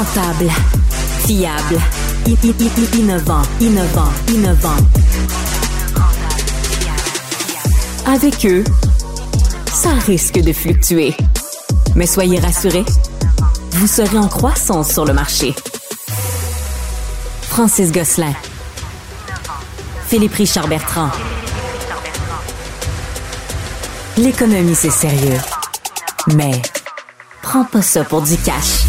Rentable, fiable, innovant. Avec eux, ça risque de fluctuer. Mais soyez rassurés, vous serez en croissance sur le marché. Francis Gosselin. Philippe Richard Bertrand. L'économie, c'est sérieux. Mais prends pas ça pour du cash.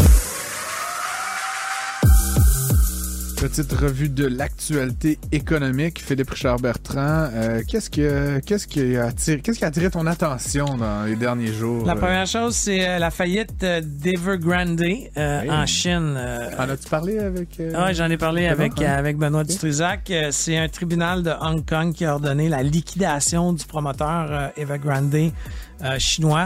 Petite revue de l'actualité économique. Philippe Richard Bertrand, qu'est-ce qui a attiré ton attention dans les derniers jours? La première chose, c'est la faillite d'Evergrande en Chine. En as-tu parlé avec... Oui, j'en ai parlé avec Benoît Dutrisac. C'est un tribunal de Hong Kong qui a ordonné la liquidation du promoteur Evergrande chinois.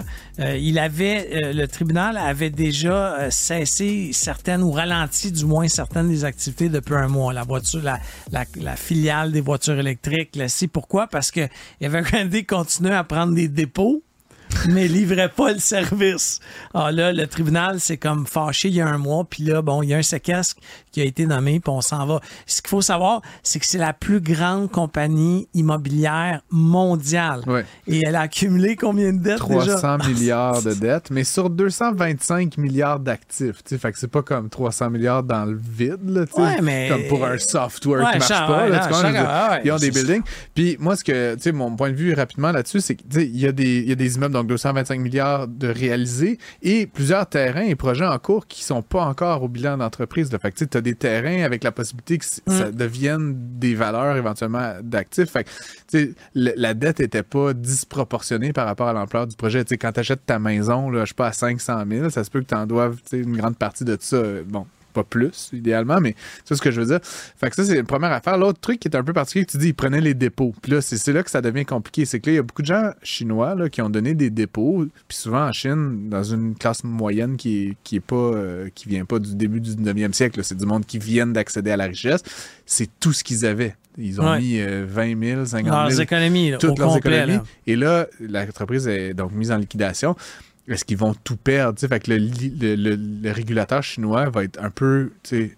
Le tribunal avait déjà cessé certaines ou ralenti du moins certaines des activités depuis un mois. La voiture, la filiale des voitures électriques, c'est pourquoi? Parce que Evergrande continue à prendre des dépôts mais livrait pas le service. Alors là, le tribunal s'est comme fâché il y a un mois, puis là, bon, il y a un séquestre qui a été nommé, puis on s'en va. Ce qu'il faut savoir, c'est que c'est la plus grande compagnie immobilière mondiale. Ouais. Et elle a accumulé combien de dettes 300 déjà? milliards de dettes, mais sur 225 milliards d'actifs. Fait que c'est pas comme 300 milliards dans le vide, là, mais... comme pour un software qui marche pas. Là, ils ont des buildings. Puis moi, mon point de vue rapidement là-dessus, c'est qu'il y a des immeubles, donc 225 milliards de réalisés et plusieurs terrains et projets en cours qui sont pas encore au bilan d'entreprise. Fait que tu as des terrains avec la possibilité que ça devienne des valeurs éventuellement d'actifs. Fait que la dette était pas disproportionnée par rapport à l'ampleur du projet. Quand tu achètes ta maison, là, je sais pas, à 500 000, ça se peut que tu en doives une grande partie de ça. Bon, pas plus, idéalement, mais c'est ce que je veux dire. Fait que ça, c'est une première affaire. L'autre truc qui est un peu particulier, tu dis, ils prenaient les dépôts. Puis là, c'est là que ça devient compliqué. C'est que là, il y a beaucoup de gens chinois là, qui ont donné des dépôts. Puis souvent, en Chine, dans une classe moyenne qui vient pas du début du 19e siècle, là, c'est du monde qui viennent d'accéder à la richesse. C'est tout ce qu'ils avaient. Ils ont mis 20 000, 50 000. Leurs économies, là, toutes leurs complet, économies. là. Et là, l'entreprise est donc mise en liquidation. Est-ce qu'ils vont tout perdre? Fait que le régulateur chinois va être un peu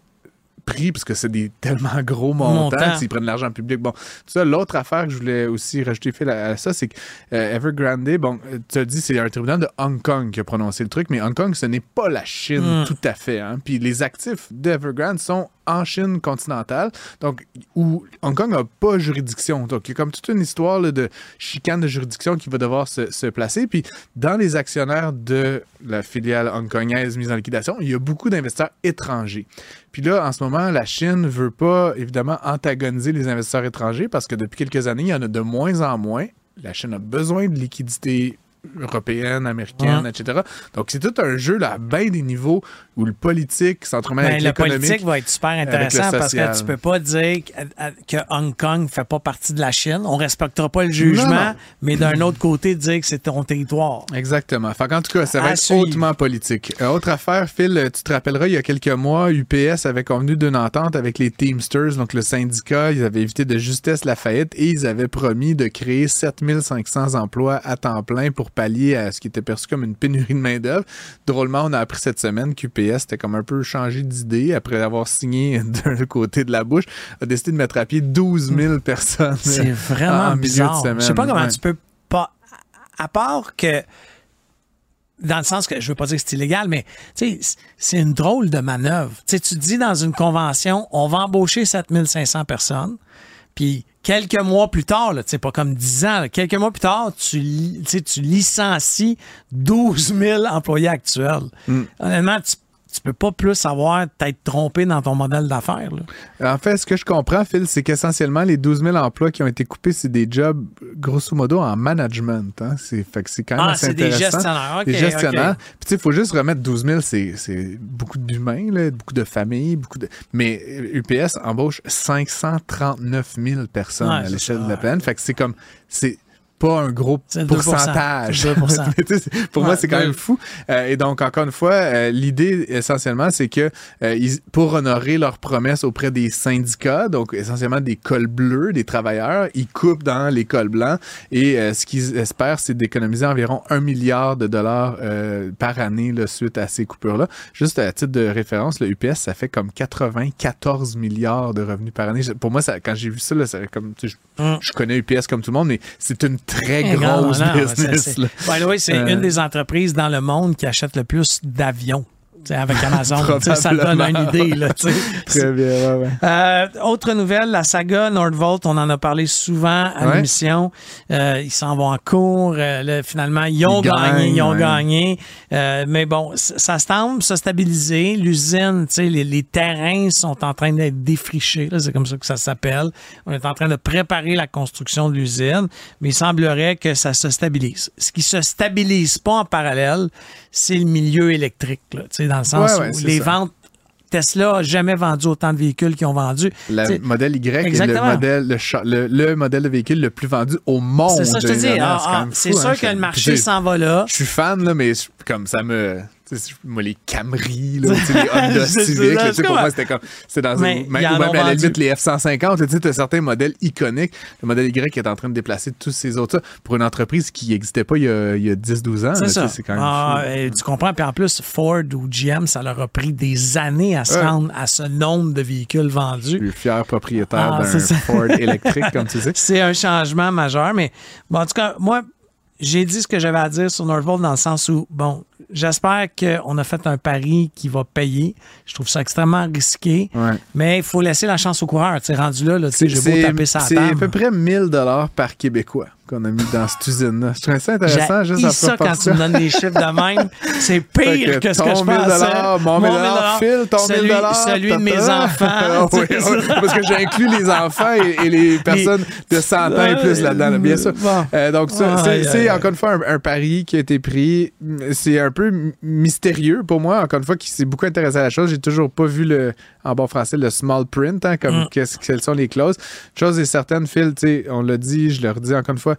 pris parce que c'est des tellement gros montants s'ils prennent de l'argent public. Bon, tout ça, l'autre affaire que je voulais aussi rajouter à ça, c'est que Evergrande, bon, tu as dit c'est un tribunal de Hong Kong qui a prononcé le truc, mais Hong Kong, ce n'est pas la Chine tout à fait. Hein? Puis les actifs d'Evergrande sont en Chine continentale, donc où Hong Kong n'a pas juridiction. Donc, il y a comme toute une histoire là, de chicane de juridiction qui va devoir se placer. Puis, dans les actionnaires de la filiale hongkongaise mise en liquidation, il y a beaucoup d'investisseurs étrangers. Puis là, en ce moment, la Chine ne veut pas, évidemment, antagoniser les investisseurs étrangers parce que depuis quelques années, il y en a de moins en moins. La Chine a besoin de liquidités européenne, américaine, etc. Donc, c'est tout un jeu là, à bien des niveaux où le politique s'entremêle avec l'économique. Le politique va être super intéressant parce que tu peux pas dire que Hong Kong ne fait pas partie de la Chine. On ne respectera pas le jugement, mais d'un autre côté, dire que c'est ton territoire. Exactement. Fait en tout cas, ça va être hautement politique. Autre affaire, Phil, tu te rappelleras, il y a quelques mois, UPS avait convenu d'une entente avec les Teamsters, donc le syndicat. Ils avaient évité de justesse la faillite et ils avaient promis de créer 7500 emplois à temps plein pour pallier à ce qui était perçu comme une pénurie de main-d'œuvre. Drôlement, on a appris cette semaine qu'UPS était comme un peu changé d'idée après avoir signé d'un côté de la bouche, a décidé de mettre à pied 12 000 personnes. C'est vraiment bizarre. De semaine. Je sais pas comment tu peux pas... À part que... Dans le sens que je veux pas dire que c'est illégal, mais c'est une drôle de manœuvre. Tu dis dans une convention, on va embaucher 7500 personnes, puis quelques mois plus tard, là, pas comme 10 ans, là, quelques mois plus tard, tu licencies 12 000 employés actuels. Honnêtement, tu peux pas plus avoir t'être trompé dans ton modèle d'affaires. Là. En fait, ce que je comprends, Phil, c'est qu'essentiellement, les 12 000 emplois qui ont été coupés, c'est des jobs, grosso modo, en management. Hein? Fait que c'est quand même assez intéressant. Des gestionnaires. Okay, des gestionnaires. Okay. Puis, il faut juste remettre 12 000, c'est beaucoup d'humains, là, beaucoup de familles, mais UPS embauche 539 000 personnes à l'échelle de la planète. Fait que c'est comme... pas un gros pourcentage. 2%. Pour moi, c'est quand même fou. Et donc, encore une fois, l'idée, essentiellement, c'est que pour honorer leurs promesses auprès des syndicats, donc essentiellement des cols bleus, des travailleurs, ils coupent dans les cols blancs. Et ce qu'ils espèrent, c'est d'économiser environ $1 milliard par année là, suite à ces coupures-là. Juste à titre de référence, le UPS, ça fait comme 94 milliards de revenus par année. Pour moi, quand j'ai vu ça, là, ça comme, je connais UPS comme tout le monde, mais c'est une très grosse business. C'est une des entreprises dans le monde qui achète le plus d'avions. Avec Amazon, ça donne une idée. Là, très bien, autre nouvelle, la saga Nordvolt, on en a parlé souvent à l'émission. Ils s'en vont en cours. Finalement, ils ont gagné. Mais bon, ça semble se stabiliser. L'usine, les terrains sont en train d'être défrichés. Là, c'est comme ça que ça s'appelle. On est en train de préparer la construction de l'usine, mais il semblerait que ça se stabilise. Ce qui se stabilise pas en parallèle, c'est le milieu électrique, là, dans le sens où les ventes, Tesla n'a jamais vendu autant de véhicules qu'ils ont vendu. Le modèle Y exactement. Est le modèle de véhicule le plus vendu au monde. C'est ça, je te dis. C'est sûr que le marché s'en va là. Je suis fan, là, mais comme ça me... Moi, les Camry, là, les Honda Civic, là, pour moi, c'était comme... C'était dans même à la limite, les F-150, tu as certains modèles iconiques. Le modèle Y qui est en train de déplacer tous ces autres. Pour une entreprise qui n'existait pas il y a 10-12 ans, c'est quand même fou. Tu comprends? Puis en plus, Ford ou GM, ça leur a pris des années à se rendre à ce nombre de véhicules vendus. Je suis fier propriétaire d'un Ford électrique, comme tu sais. C'est un changement majeur, mais bon, en tout cas, moi, j'ai dit ce que j'avais à dire sur Nordvolt dans le sens où, bon, j'espère qu'on a fait un pari qui va payer. Je trouve ça extrêmement risqué, mais il faut laisser la chance aux coureurs. Tu sais, rendu là, j'ai beau taper sa table. C'est à peu près 1 000 $ par Québécois qu'on a mis dans cette usine-là. Je trouve ça intéressant. Juste à ça quand tu me donnes des chiffres de même. C'est pire que ce que je pensais. Mon 1 000 $, Phil, ton 1 000 $. Celui de mes enfants. Oui, parce que j'ai inclus les enfants et les personnes de 100 ans et plus là-dedans, là, bien sûr. Donc, c'est encore une fois un pari qui a été pris. C'est un peu mystérieux pour moi, encore une fois, qui s'est beaucoup intéressé à la chose. J'ai toujours pas vu en bon français, le small print, comme quelles sont les clauses. Chose est certaine, Phil, on l'a dit, je le redis encore une fois,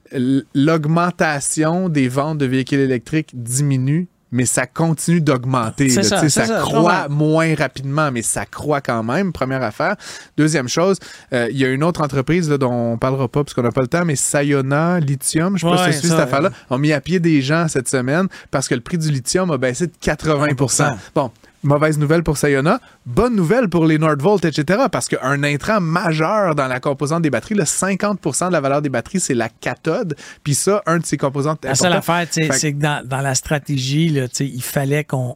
l'augmentation des ventes de véhicules électriques diminue, mais ça continue d'augmenter. Ça croît moins rapidement, mais ça croît quand même, première affaire. Deuxième chose, il y a une autre entreprise là, dont on ne parlera pas parce qu'on n'a pas le temps, mais Sayona Lithium, je ne sais pas si tu suis cette affaire-là, ont mis à pied des gens cette semaine parce que le prix du lithium a baissé de 80%. Bon, mauvaise nouvelle pour Sayona, bonne nouvelle pour les Nordvolt, etc. Parce qu'un intrant majeur dans la composante des batteries, le 50% de la valeur des batteries, c'est la cathode. Puis ça, un de ces composantes importantes. La seule affaire, c'est que dans la stratégie, là, il fallait qu'on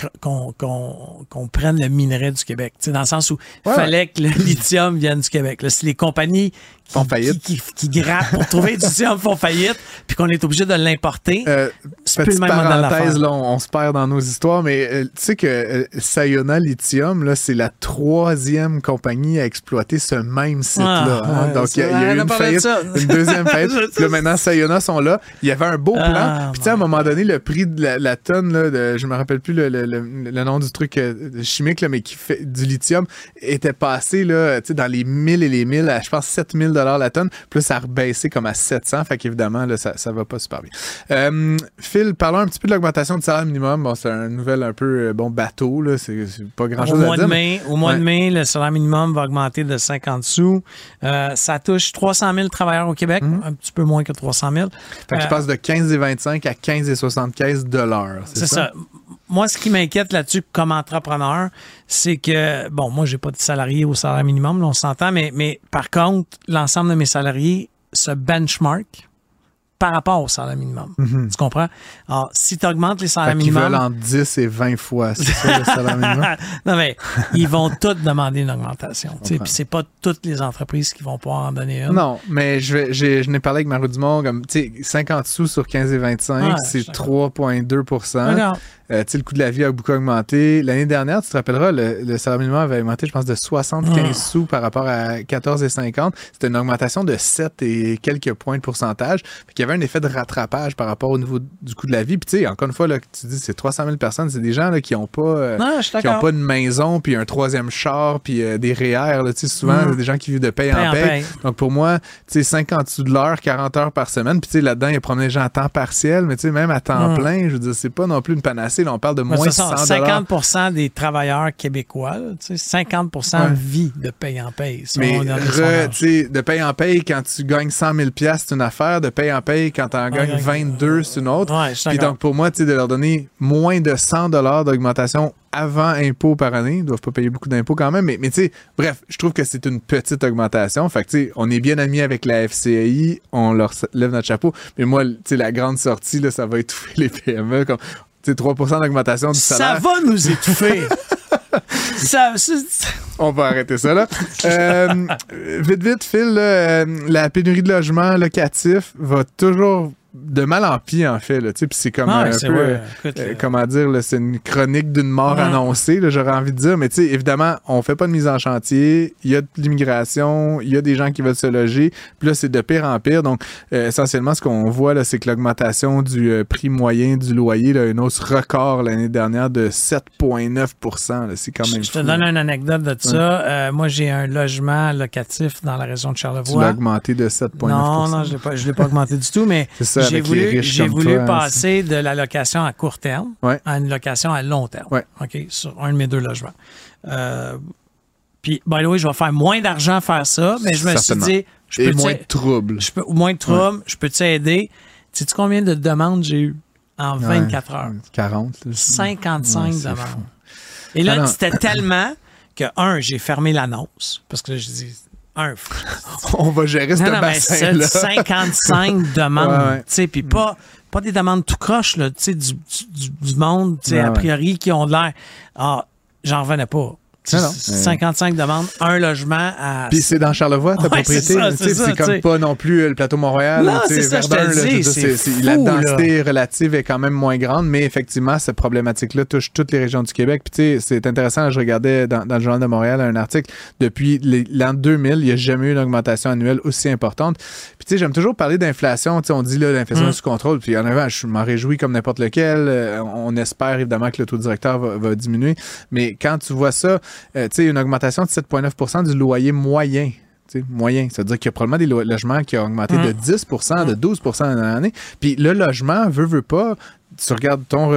prenne le minerai du Québec. Dans le sens où il fallait que le lithium vienne du Québec. Là, si les compagnies qui grattent pour trouver du lithium font faillite, puis qu'on est obligé de l'importer, c'est plus le même modèle d'affaires. Là, on se perd dans nos histoires, mais tu sais que Sayona Lithium, là, c'est la 3e compagnie à exploiter ce même site-là. Donc, il y a eu une faillite, une deuxième faillite. Puis là, maintenant, Sayona sont là. Il y avait un beau plan. Puis, tu sais, à un moment donné, le prix de la tonne, là, je me rappelle plus le nom du truc chimique, là, mais qui fait du lithium, était passé là, dans les 1000 et les 1000 à, je pense, 7000 $ la tonne. Puis là, ça a rebaissé comme à 700. Fait qu'évidemment, là, ça va pas super bien. Phil, parlons un petit peu de l'augmentation du salaire minimum. Bon, c'est une nouvelle un peu bateau. Là, c'est pas grand-chose à dire. Au mois de mai, le salaire minimum va augmenter de 50 sous. Ça touche 300 000 travailleurs au Québec, un petit peu moins que 300 000. Fait que je passe de 15,25 à 15,75 $. C'est ça? Moi, ce qui m'inquiète là-dessus comme entrepreneur, c'est que, bon, moi, j'ai pas de salariés au salaire minimum, là, on s'entend, mais par contre, l'ensemble de mes salariés se benchmark par rapport au salaire minimum. Tu comprends? Alors, si tu augmentes les salaires minimums... Ils veulent en 10 et 20 fois, c'est ça, le salaire minimum? Non, mais ils vont tous demander une augmentation. Puis c'est pas toutes les entreprises qui vont pouvoir en donner une. Non, mais je n'ai parlé avec Mario Dumont, comme, tu sais, 50 sous sur 15,25, c'est 3,2 %. Le coût de la vie a beaucoup augmenté. L'année dernière, tu te rappelleras, le salaire minimum avait augmenté, je pense, de 75 sous par rapport à 14,50. C'était une augmentation de 7 et quelques points de pourcentage. Il y avait un effet de rattrapage par rapport au niveau du coût de la vie. Puis, tu sais, encore une fois, là, tu dis, c'est 300 000 personnes, c'est des gens là, qui n'ont pas, pas une maison, puis un troisième char, puis des REER. Tu sais, souvent, des gens qui vivent de paye en paye. Donc, pour moi, tu sais, 50 sous de l'heure, 40 heures par semaine. Puis, tu sais, là-dedans, il y a probablement des gens à temps partiel, mais tu sais, même à temps plein, je veux dire, c'est pas non plus une panacée. Là, on parle de moins de 100 50% des travailleurs québécois, tu sais, 50% vit de paye en paye. Mais de paye en paye, quand tu gagnes 100 000 $, c'est une affaire. De paye en paye, quand tu en gagnes 22, c'est une autre. Puis donc, pour moi, tu sais, de leur donner moins de 100 $ d'augmentation avant impôt par année, ils ne doivent pas payer beaucoup d'impôts quand même, mais tu sais, bref, je trouve que c'est une petite augmentation. Fait que, tu sais, on est bien amis avec la FCAI, on leur lève notre chapeau, mais moi, tu sais, la grande sortie, là, ça va étouffer les PME, comme, tu sais, 3% d'augmentation du salaire. Ça va nous étouffer! On va arrêter ça, là. Vite, Phil, la pénurie de logements locatifs va toujours de mal en pis, en fait. Puis c'est comme comment dire, là, c'est une chronique d'une mort annoncée, là, j'aurais envie de dire. Mais évidemment, on fait pas de mise en chantier. Il y a de l'immigration, il y a des gens qui veulent se loger. Puis là, c'est de pire en pire. Donc, essentiellement, ce qu'on voit, là, c'est que l'augmentation du prix moyen du loyer, là, une hausse record l'année dernière de 7,9 %. Là, c'est quand même Je te donne une anecdote de ça. Moi, j'ai un logement locatif dans la région de Charlevoix. Tu l'as augmenté de 7,9 %. Non, je l'ai pas augmenté du tout, mais j'ai voulu passer de la location à court terme à une location à long terme, sur un de mes 2 logements. Puis, by the way, je vais faire moins d'argent à faire ça, mais je me suis dit... moins de troubles. Je peux t'aider. Sais-tu combien de demandes j'ai eues en 24 heures? 40. 55 demandes. Et là, c'était tellement que, j'ai fermé l'annonce, parce que je dis... On va gérer ce bassin-là. 55 demandes, tu sais, puis pas des demandes tout croche, là, tu sais, du monde, tu sais, a priori, qui ont de l'air. J'en revenais pas. 55 demandes, un logement à... Puis c'est dans Charlevoix, ta propriété. C'est comme pas non plus le plateau Montréal. Non, c'est ça, Verdun, je te dis, la densité relative est quand même moins grande, mais effectivement, cette problématique-là touche toutes les régions du Québec. Puis tu sais, c'est intéressant, là, je regardais dans le Journal de Montréal un article, depuis l'an 2000, il n'y a jamais eu une augmentation annuelle aussi importante. Puis tu sais, j'aime toujours parler d'inflation. Tu sais, on dit là, l'inflation est sous contrôle, puis en avant, je m'en réjouis comme n'importe lequel. On espère évidemment que le taux directeur va diminuer. Mais quand tu vois ça, une augmentation de 7,9 % du loyer moyen. Moyen. Ça veut dire qu'il y a probablement des logements qui ont augmenté de 10 %, de 12 % dans l'année. Puis le logement, veut pas, tu regardes ton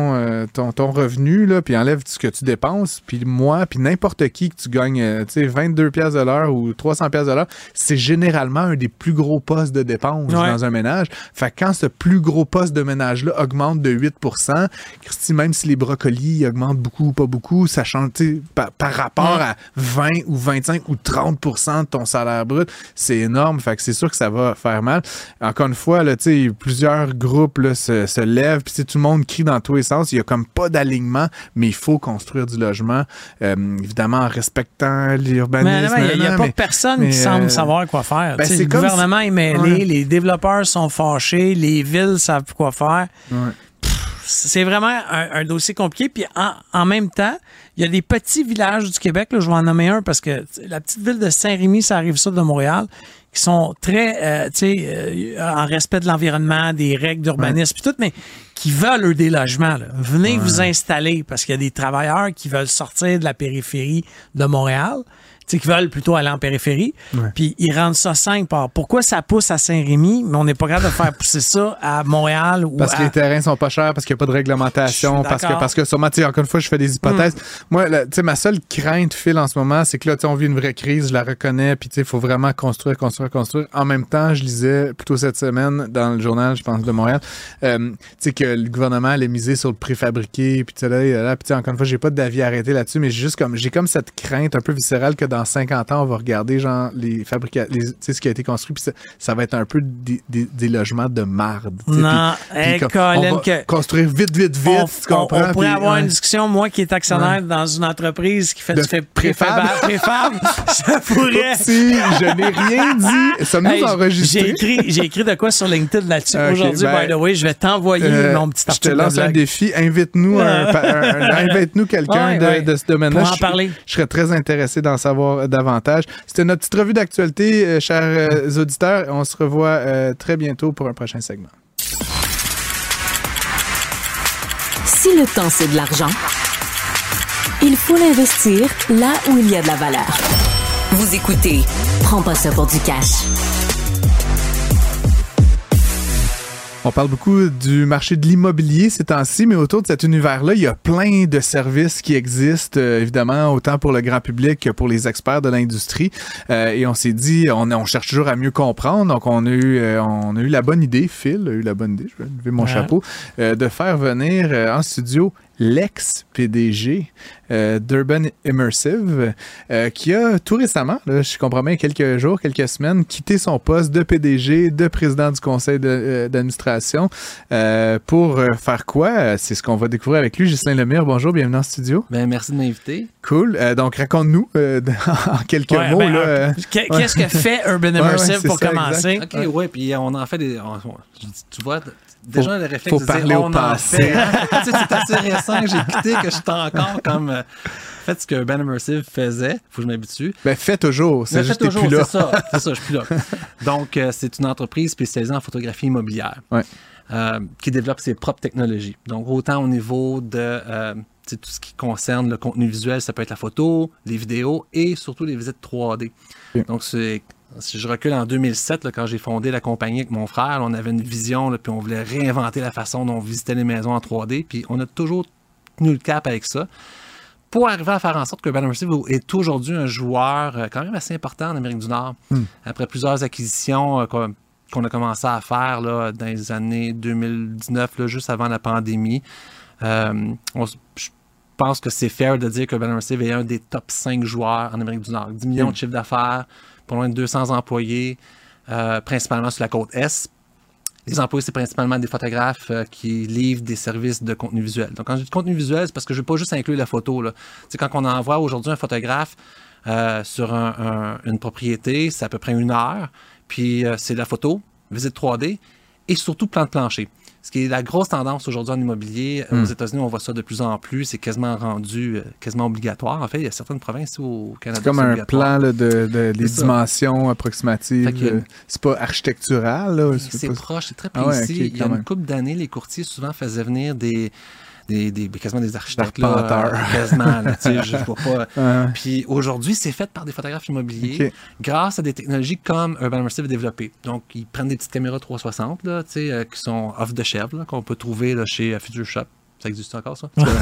revenu, là, puis enlève ce que tu dépenses, puis moi, puis n'importe qui que tu gagnes 22 $ de l'heure ou 300 $ de l'heure, c'est généralement un des plus gros postes de dépenses dans un ménage. Fait que quand ce plus gros poste de ménage-là augmente de 8 %, Christy, même si les brocolis augmentent beaucoup ou pas beaucoup, ça change par rapport à 20 ou 25 ou 30 % de ton salaire brut, c'est énorme. Fait que c'est sûr que ça va faire mal. Encore une fois, là, plusieurs groupes là, se lèvent, puis tout le monde crie dans tous les sens. Il n'y a comme pas d'alignement, mais il faut construire du logement, évidemment en respectant l'urbanisme. Il n'y a pas personne qui semble savoir quoi faire. Le gouvernement est mêlé, les développeurs sont fâchés, les villes savent quoi faire. C'est vraiment un dossier compliqué. Puis en même temps, il y a des petits villages du Québec, là, je vais en nommer un parce que la petite ville de Saint-Rémy, ça arrive ça de Montréal, qui sont très, en respect de l'environnement, des règles d'urbanisme, puis tout, mais qui veulent, eux, des logements. Là. Venez vous installer parce qu'il y a des travailleurs qui veulent sortir de la périphérie de Montréal, qui veulent plutôt aller en périphérie, puis ils rendent ça 5 parts. Pourquoi ça pousse à Saint-Rémy, mais on n'est pas capable de faire pousser ça à Montréal? Parce que les terrains sont pas chers, parce qu'il n'y a pas de réglementation, parce que sûrement, encore une fois, je fais des hypothèses. Moi, ma seule crainte, Phil, en ce moment, c'est que là, on vit une vraie crise, je la reconnais, puis il faut vraiment construire. En même temps, je lisais plutôt cette semaine dans le journal, je pense, de Montréal, que le gouvernement allait miser sur le préfabriqué, puis encore une fois, j'ai pas d'avis arrêté là-dessus, mais j'ai comme cette crainte un peu viscérale que dans 50 ans, on va regarder genre ce qui a été construit, puis ça va être un peu des logements de marde. Non, on va construire vite, tu comprends? On pourrait avoir une discussion, moi qui est actionnaire dans une entreprise qui fait du préfab, ça pourrait. Si, je n'ai rien dit. Sommes-nous enregistrés? J'ai écrit de quoi sur LinkedIn là-dessus aujourd'hui, by the way. Je vais t'envoyer mon petit article. Je te lance un défi. Invite-nous quelqu'un de ce domaine-là. Pour en parler. Je serais très intéressé d'en savoir savoir davantage. C'était notre petite revue d'actualité, chers auditeurs. On se revoit très bientôt pour un prochain segment. Si le temps, c'est de l'argent, il faut l'investir là où il y a de la valeur. Vous écoutez Prends pas ça pour du cash. On parle beaucoup du marché de l'immobilier ces temps-ci, mais autour de cet univers-là, il y a plein de services qui existent, évidemment, autant pour le grand public que pour les experts de l'industrie. Et on s'est dit, on cherche toujours à mieux comprendre. Donc, on a eu la bonne idée, Phil a eu la bonne idée, je vais lever mon chapeau, de faire venir en studio l'ex-PDG d'Urban Immersive, qui a tout récemment, là, je comprends bien, quelques jours, quelques semaines, quitté son poste de PDG, de président du conseil d'administration. Pour faire quoi? C'est ce qu'on va découvrir avec lui. Ghislain Lemire, bonjour, bienvenue en studio. Ben, merci de m'inviter. Cool. Donc, raconte-nous en quelques mots. Qu'est-ce que fait Urban Immersive pour commencer? OK, oui, puis on en fait des... tu vois... Déjà, le réflexe faut parler au passé. C'est assez récent que j'ai quitté, que je suis encore comme... Faites ce que Urban Immersive faisait. Faut que je m'habitue. Ben, fais toujours. C'est juste que tu n'es plus là. C'est ça, je suis plus là. Donc, c'est une entreprise spécialisée en photographie immobilière qui développe ses propres technologies. Donc, autant au niveau de tout ce qui concerne le contenu visuel, ça peut être la photo, les vidéos et surtout les visites 3D. Okay. Donc, si je recule en 2007, là, quand j'ai fondé la compagnie avec mon frère, là, on avait une vision, là, puis on voulait réinventer la façon dont on visitait les maisons en 3D, puis on a toujours tenu le cap avec ça pour arriver à faire en sorte que Urban Immersive est aujourd'hui un joueur quand même assez important en Amérique du Nord. Après plusieurs acquisitions qu'on a commencé à faire là, dans les années 2019, là, juste avant la pandémie, je pense que c'est fair de dire que Urban Immersive est un des top 5 joueurs en Amérique du Nord. 10 millions de chiffres d'affaires, pas loin de 200 employés, principalement sur la côte Est. Les employés, c'est principalement des photographes qui livrent des services de contenu visuel. Donc, quand je dis contenu visuel, c'est parce que je ne veux pas juste inclure la photo. Là. Quand on envoie aujourd'hui un photographe sur une propriété, c'est à peu près 1 heure, puis c'est de la photo, visite 3D et surtout plan de plancher. Ce qui est la grosse tendance aujourd'hui en immobilier. Aux États-Unis, on voit ça de plus en plus. C'est quasiment rendu quasiment obligatoire. En fait, il y a certaines provinces au Canada. C'est comme un plan là, des dimensions approximatives. C'est pas architectural. Là, c'est proche, c'est très précis. Okay, il y a une couple d'années, les courtiers souvent faisaient venir quasiment des architectes quasiment là, je vois pas. Puis aujourd'hui, c'est fait par des photographes immobiliers grâce à des technologies comme Urban Immersive a développé. Donc, ils prennent des petites caméras 360 là, qui sont off the shelf, là, qu'on peut trouver là, chez Future Shop. Ça existe encore, ça? Best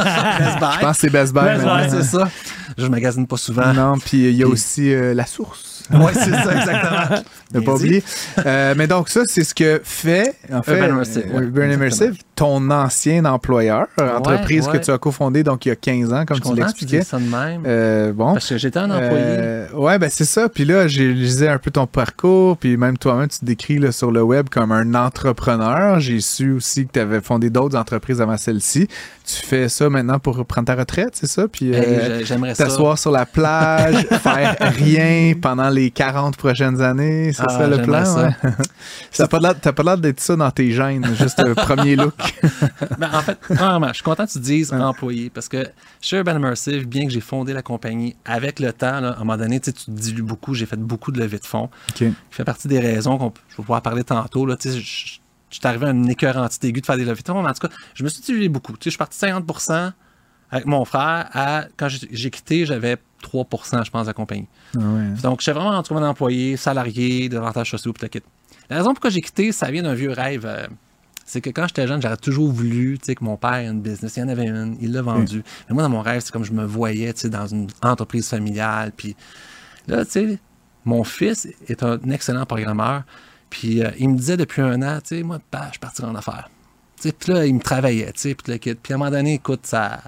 Buy. Je pense que c'est Best Buy. C'est ça. Je magasine pas souvent. Non, puis il y a aussi La Source. Oui, c'est ça, exactement. Ne pas oublier. Mais donc, ça, c'est ce que fait, en fait, Urban Immersive, ton ancien employeur, entreprise que tu as cofondée donc il y a 15 ans, comme tu l'expliquais. Ça de même. Bon. Parce que j'étais un employé. Oui, ben c'est ça. Puis là, j'ai lisé un peu ton parcours, puis même toi-même, tu te décris là, sur le web comme un entrepreneur. J'ai su aussi que tu avais fondé d'autres entreprises avant celle-ci. Tu fais ça maintenant pour prendre ta retraite, c'est ça? Puis j'aimerais ça. T'asseoir sur la plage, faire rien pendant les 40 prochaines années, c'est ça le plan? Ça. T'as pas l'air d'être ça dans tes gènes, juste le premier look. Ben, en fait, vraiment, je suis content que tu dises employé, parce que chez Urban Immersive, bien que j'ai fondé la compagnie, avec le temps, là, à un moment donné, tu te dilues beaucoup, j'ai fait beaucoup de levées de fonds. Qui fait partie des raisons je vais pouvoir parler tantôt. Là, je suis arrivé à une écœurantite aiguë de faire des levées de fonds, mais en tout cas, je me suis dilué beaucoup. Je suis parti 50% avec mon frère. Quand j'ai quitté, j'avais 3%, je pense, de la compagnie. Donc, j'étais vraiment retrouvé un employé, salarié, d'avantages sociaux, puis le kit. La raison pourquoi j'ai quitté, ça vient d'un vieux rêve. C'est que quand j'étais jeune, j'aurais toujours voulu que mon père ait une business. Il y en avait une, il l'a vendue. Mais moi, dans mon rêve, c'est comme je me voyais dans une entreprise familiale. Puis là, mon fils est un excellent programmeur. Puis il me disait depuis 1 an, moi, je partirai en affaires. Puis là, il me travaillait, puis le kit. Puis à un moment donné, écoute,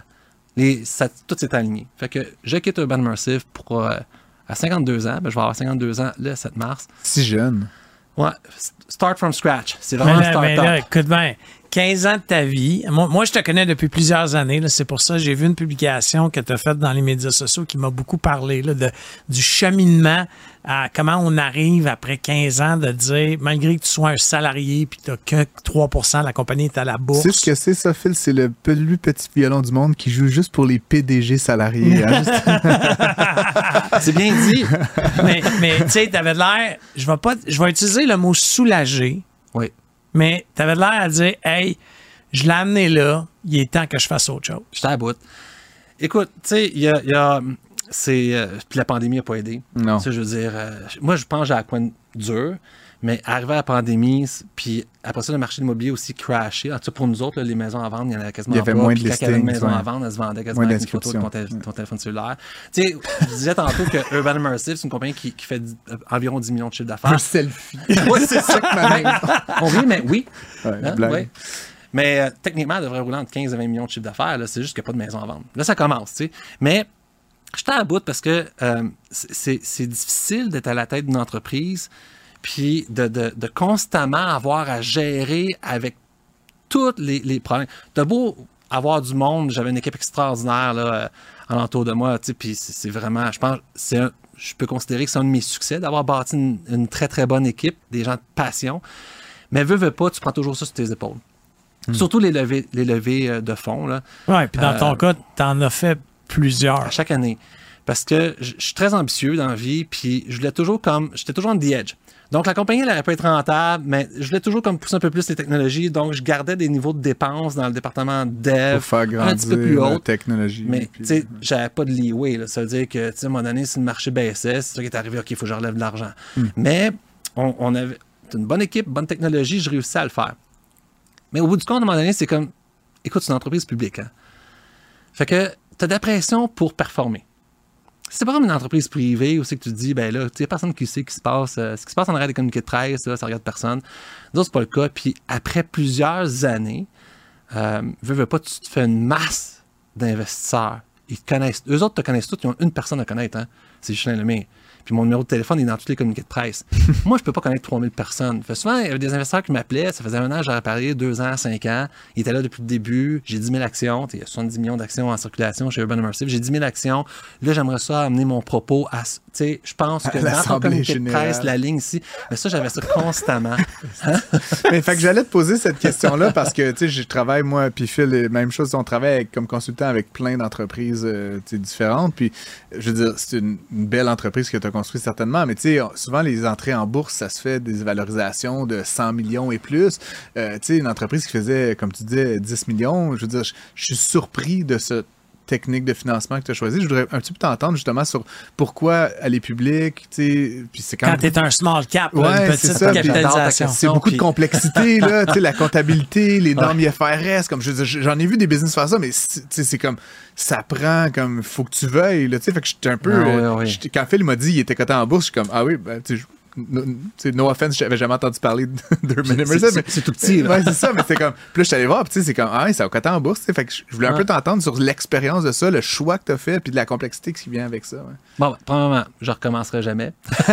tout s'est aligné. Fait que je quitte Urban Immersive pour, à 52 ans. Je vais avoir 52 ans le 7 mars. Si jeune. Ouais, start from scratch. C'est vraiment un start-up. Mais là, écoute bien, 15 ans de ta vie. Moi, je te connais depuis plusieurs années. Là, c'est pour ça que j'ai vu une publication que tu as faite dans les médias sociaux qui m'a beaucoup parlé là, du cheminement à comment on arrive après 15 ans de dire, malgré que tu sois un salarié puis tu n'as que 3% de la compagnie est à la bourse. Tu sais ce que c'est ça, Phil? C'est le plus petit violon du monde qui joue juste pour les PDG salariés. Hein, c'est bien dit. mais tu sais, tu avais l'air... Je vais utiliser le mot soulagé. Oui. Mais tu avais l'air à dire, hey, je l'ai amené là, il est temps que je fasse autre chose. J'étais à bout. Écoute, tu sais, il y a puis la pandémie n'a pas aidé. Non. Tu sais, je veux dire, moi, je pense que j'ai à coin dur, mais arrivé à la pandémie, puis après ça, le marché de l'immobilier aussi crashé. En tout cas, pour nous autres, là, les maisons à vendre, il y en avait quasiment pas. Il y avait moins de listings. Quand il y avait une maison ouais. à vendre, elle se vendait quasiment avec une photo de ton téléphone cellulaire. Tu sais, je disais tantôt que Urban Immersive, c'est une compagnie qui fait environ 10 millions de chiffres d'affaires. Un selfie. Oui, c'est ça que ma maison. On rit, mais oui. Ouais, Hein? Ouais. Mais techniquement, elle devrait rouler entre 15 et 20 millions de chiffres d'affaires. Là, c'est juste qu'il n'y a pas de maison à vendre. Là, ça commence, tu sais. Mais j'étais à bout parce que c'est difficile d'être à la tête d'une entreprise puis de constamment avoir à gérer avec tous les problèmes. T'as beau avoir du monde, j'avais une équipe extraordinaire là, alentour de moi, tu sais, puis c'est vraiment, je pense, je peux considérer que c'est un de mes succès d'avoir bâti une très, très bonne équipe, des gens de passion. Mais veux pas, tu prends toujours ça sur tes épaules. Surtout les levées de fonds. Oui, puis dans ton cas, tu en as fait plusieurs. À chaque année. Parce que je suis très ambitieux dans la vie, puis j'étais toujours on the edge. Donc, la compagnie, elle aurait pu être rentable, mais je voulais toujours comme pousser un peu plus les technologies. Donc, je gardais des niveaux de dépenses dans le département dev pour faire grandir un petit peu plus haut. La technologie. Mais, tu sais, j'avais pas de leeway. Là. Ça veut dire que, tu sais, à un moment donné, si le marché baissait, c'est ça qui est arrivé, OK, il faut que je relève de l'argent. Mais, on avait une bonne équipe, bonne technologie, je réussissais à le faire. Mais au bout du compte, à un moment donné, c'est comme, écoute, c'est une entreprise publique. Hein? Fait que tu as de la pression pour performer. C'est pas comme une entreprise privée où c'est que tu te dis, ben là, tu sais, personne qui sait ce qui se passe en arrière des communiqués de presse, là, ça regarde personne. Nous, c'est pas le cas. Puis après plusieurs années, veux pas, tu te fais une masse d'investisseurs. Ils te connaissent. Eux autres te connaissent tous, ils ont une personne à connaître, hein? C'est Justin Lemay. Puis mon numéro de téléphone est dans tous les communiqués de presse. Moi, je peux pas connaître 3000 personnes. Fait souvent, il y avait des investisseurs qui m'appelaient. Ça faisait 1 an, j'avais parlé, 2 ans, 5 ans. Ils étaient là depuis le début. J'ai 10 000 actions. Il y a 70 millions d'actions en circulation chez Urban Immersive. J'ai 10 000 actions. Là, j'aimerais ça amener mon propos à... Tu sais, je pense que dans ton communiqué de presse, la ligne ici... Mais ça, j'avais ça constamment. Mais fait que j'allais te poser cette question-là parce que, tu sais, je travaille, moi, puis Phil, même chose, on travaille comme consultant avec plein d'entreprises différentes. Puis, je veux dire, c'est une belle entreprise que tu as construite certainement, mais tu sais, souvent, les entrées en bourse, ça se fait des valorisations de 100 millions et plus. Tu sais, une entreprise qui faisait, comme tu disais, 10 millions, je veux dire, je suis surpris de ce technique de financement que tu as choisi. Je voudrais un petit peu t'entendre justement sur pourquoi elle est publique, tu sais, puis c'est quand tu es un small cap, ouais, une petite capitalisation. C'est beaucoup de complexité, là, tu sais, la comptabilité, les normes IFRS, comme j'en ai vu des business faire ça, mais c'est comme, ça prend comme, faut que tu veuilles, là, tu sais, fait que j'étais un peu, quand Phil m'a dit, il était coté en bourse, je suis comme, ah oui, ben, tu sais, no offense, j'avais jamais entendu parler d'Urban Immersive. C'est tout petit. Ouais, c'est ça, mais c'est comme. Puis là, je suis allé voir, puis c'est comme, ça a coté en bourse. Fait que je voulais un peu t'entendre sur l'expérience de ça, le choix que tu as fait, puis de la complexité qui vient avec ça. Ouais. Bon, premièrement, je recommencerai jamais.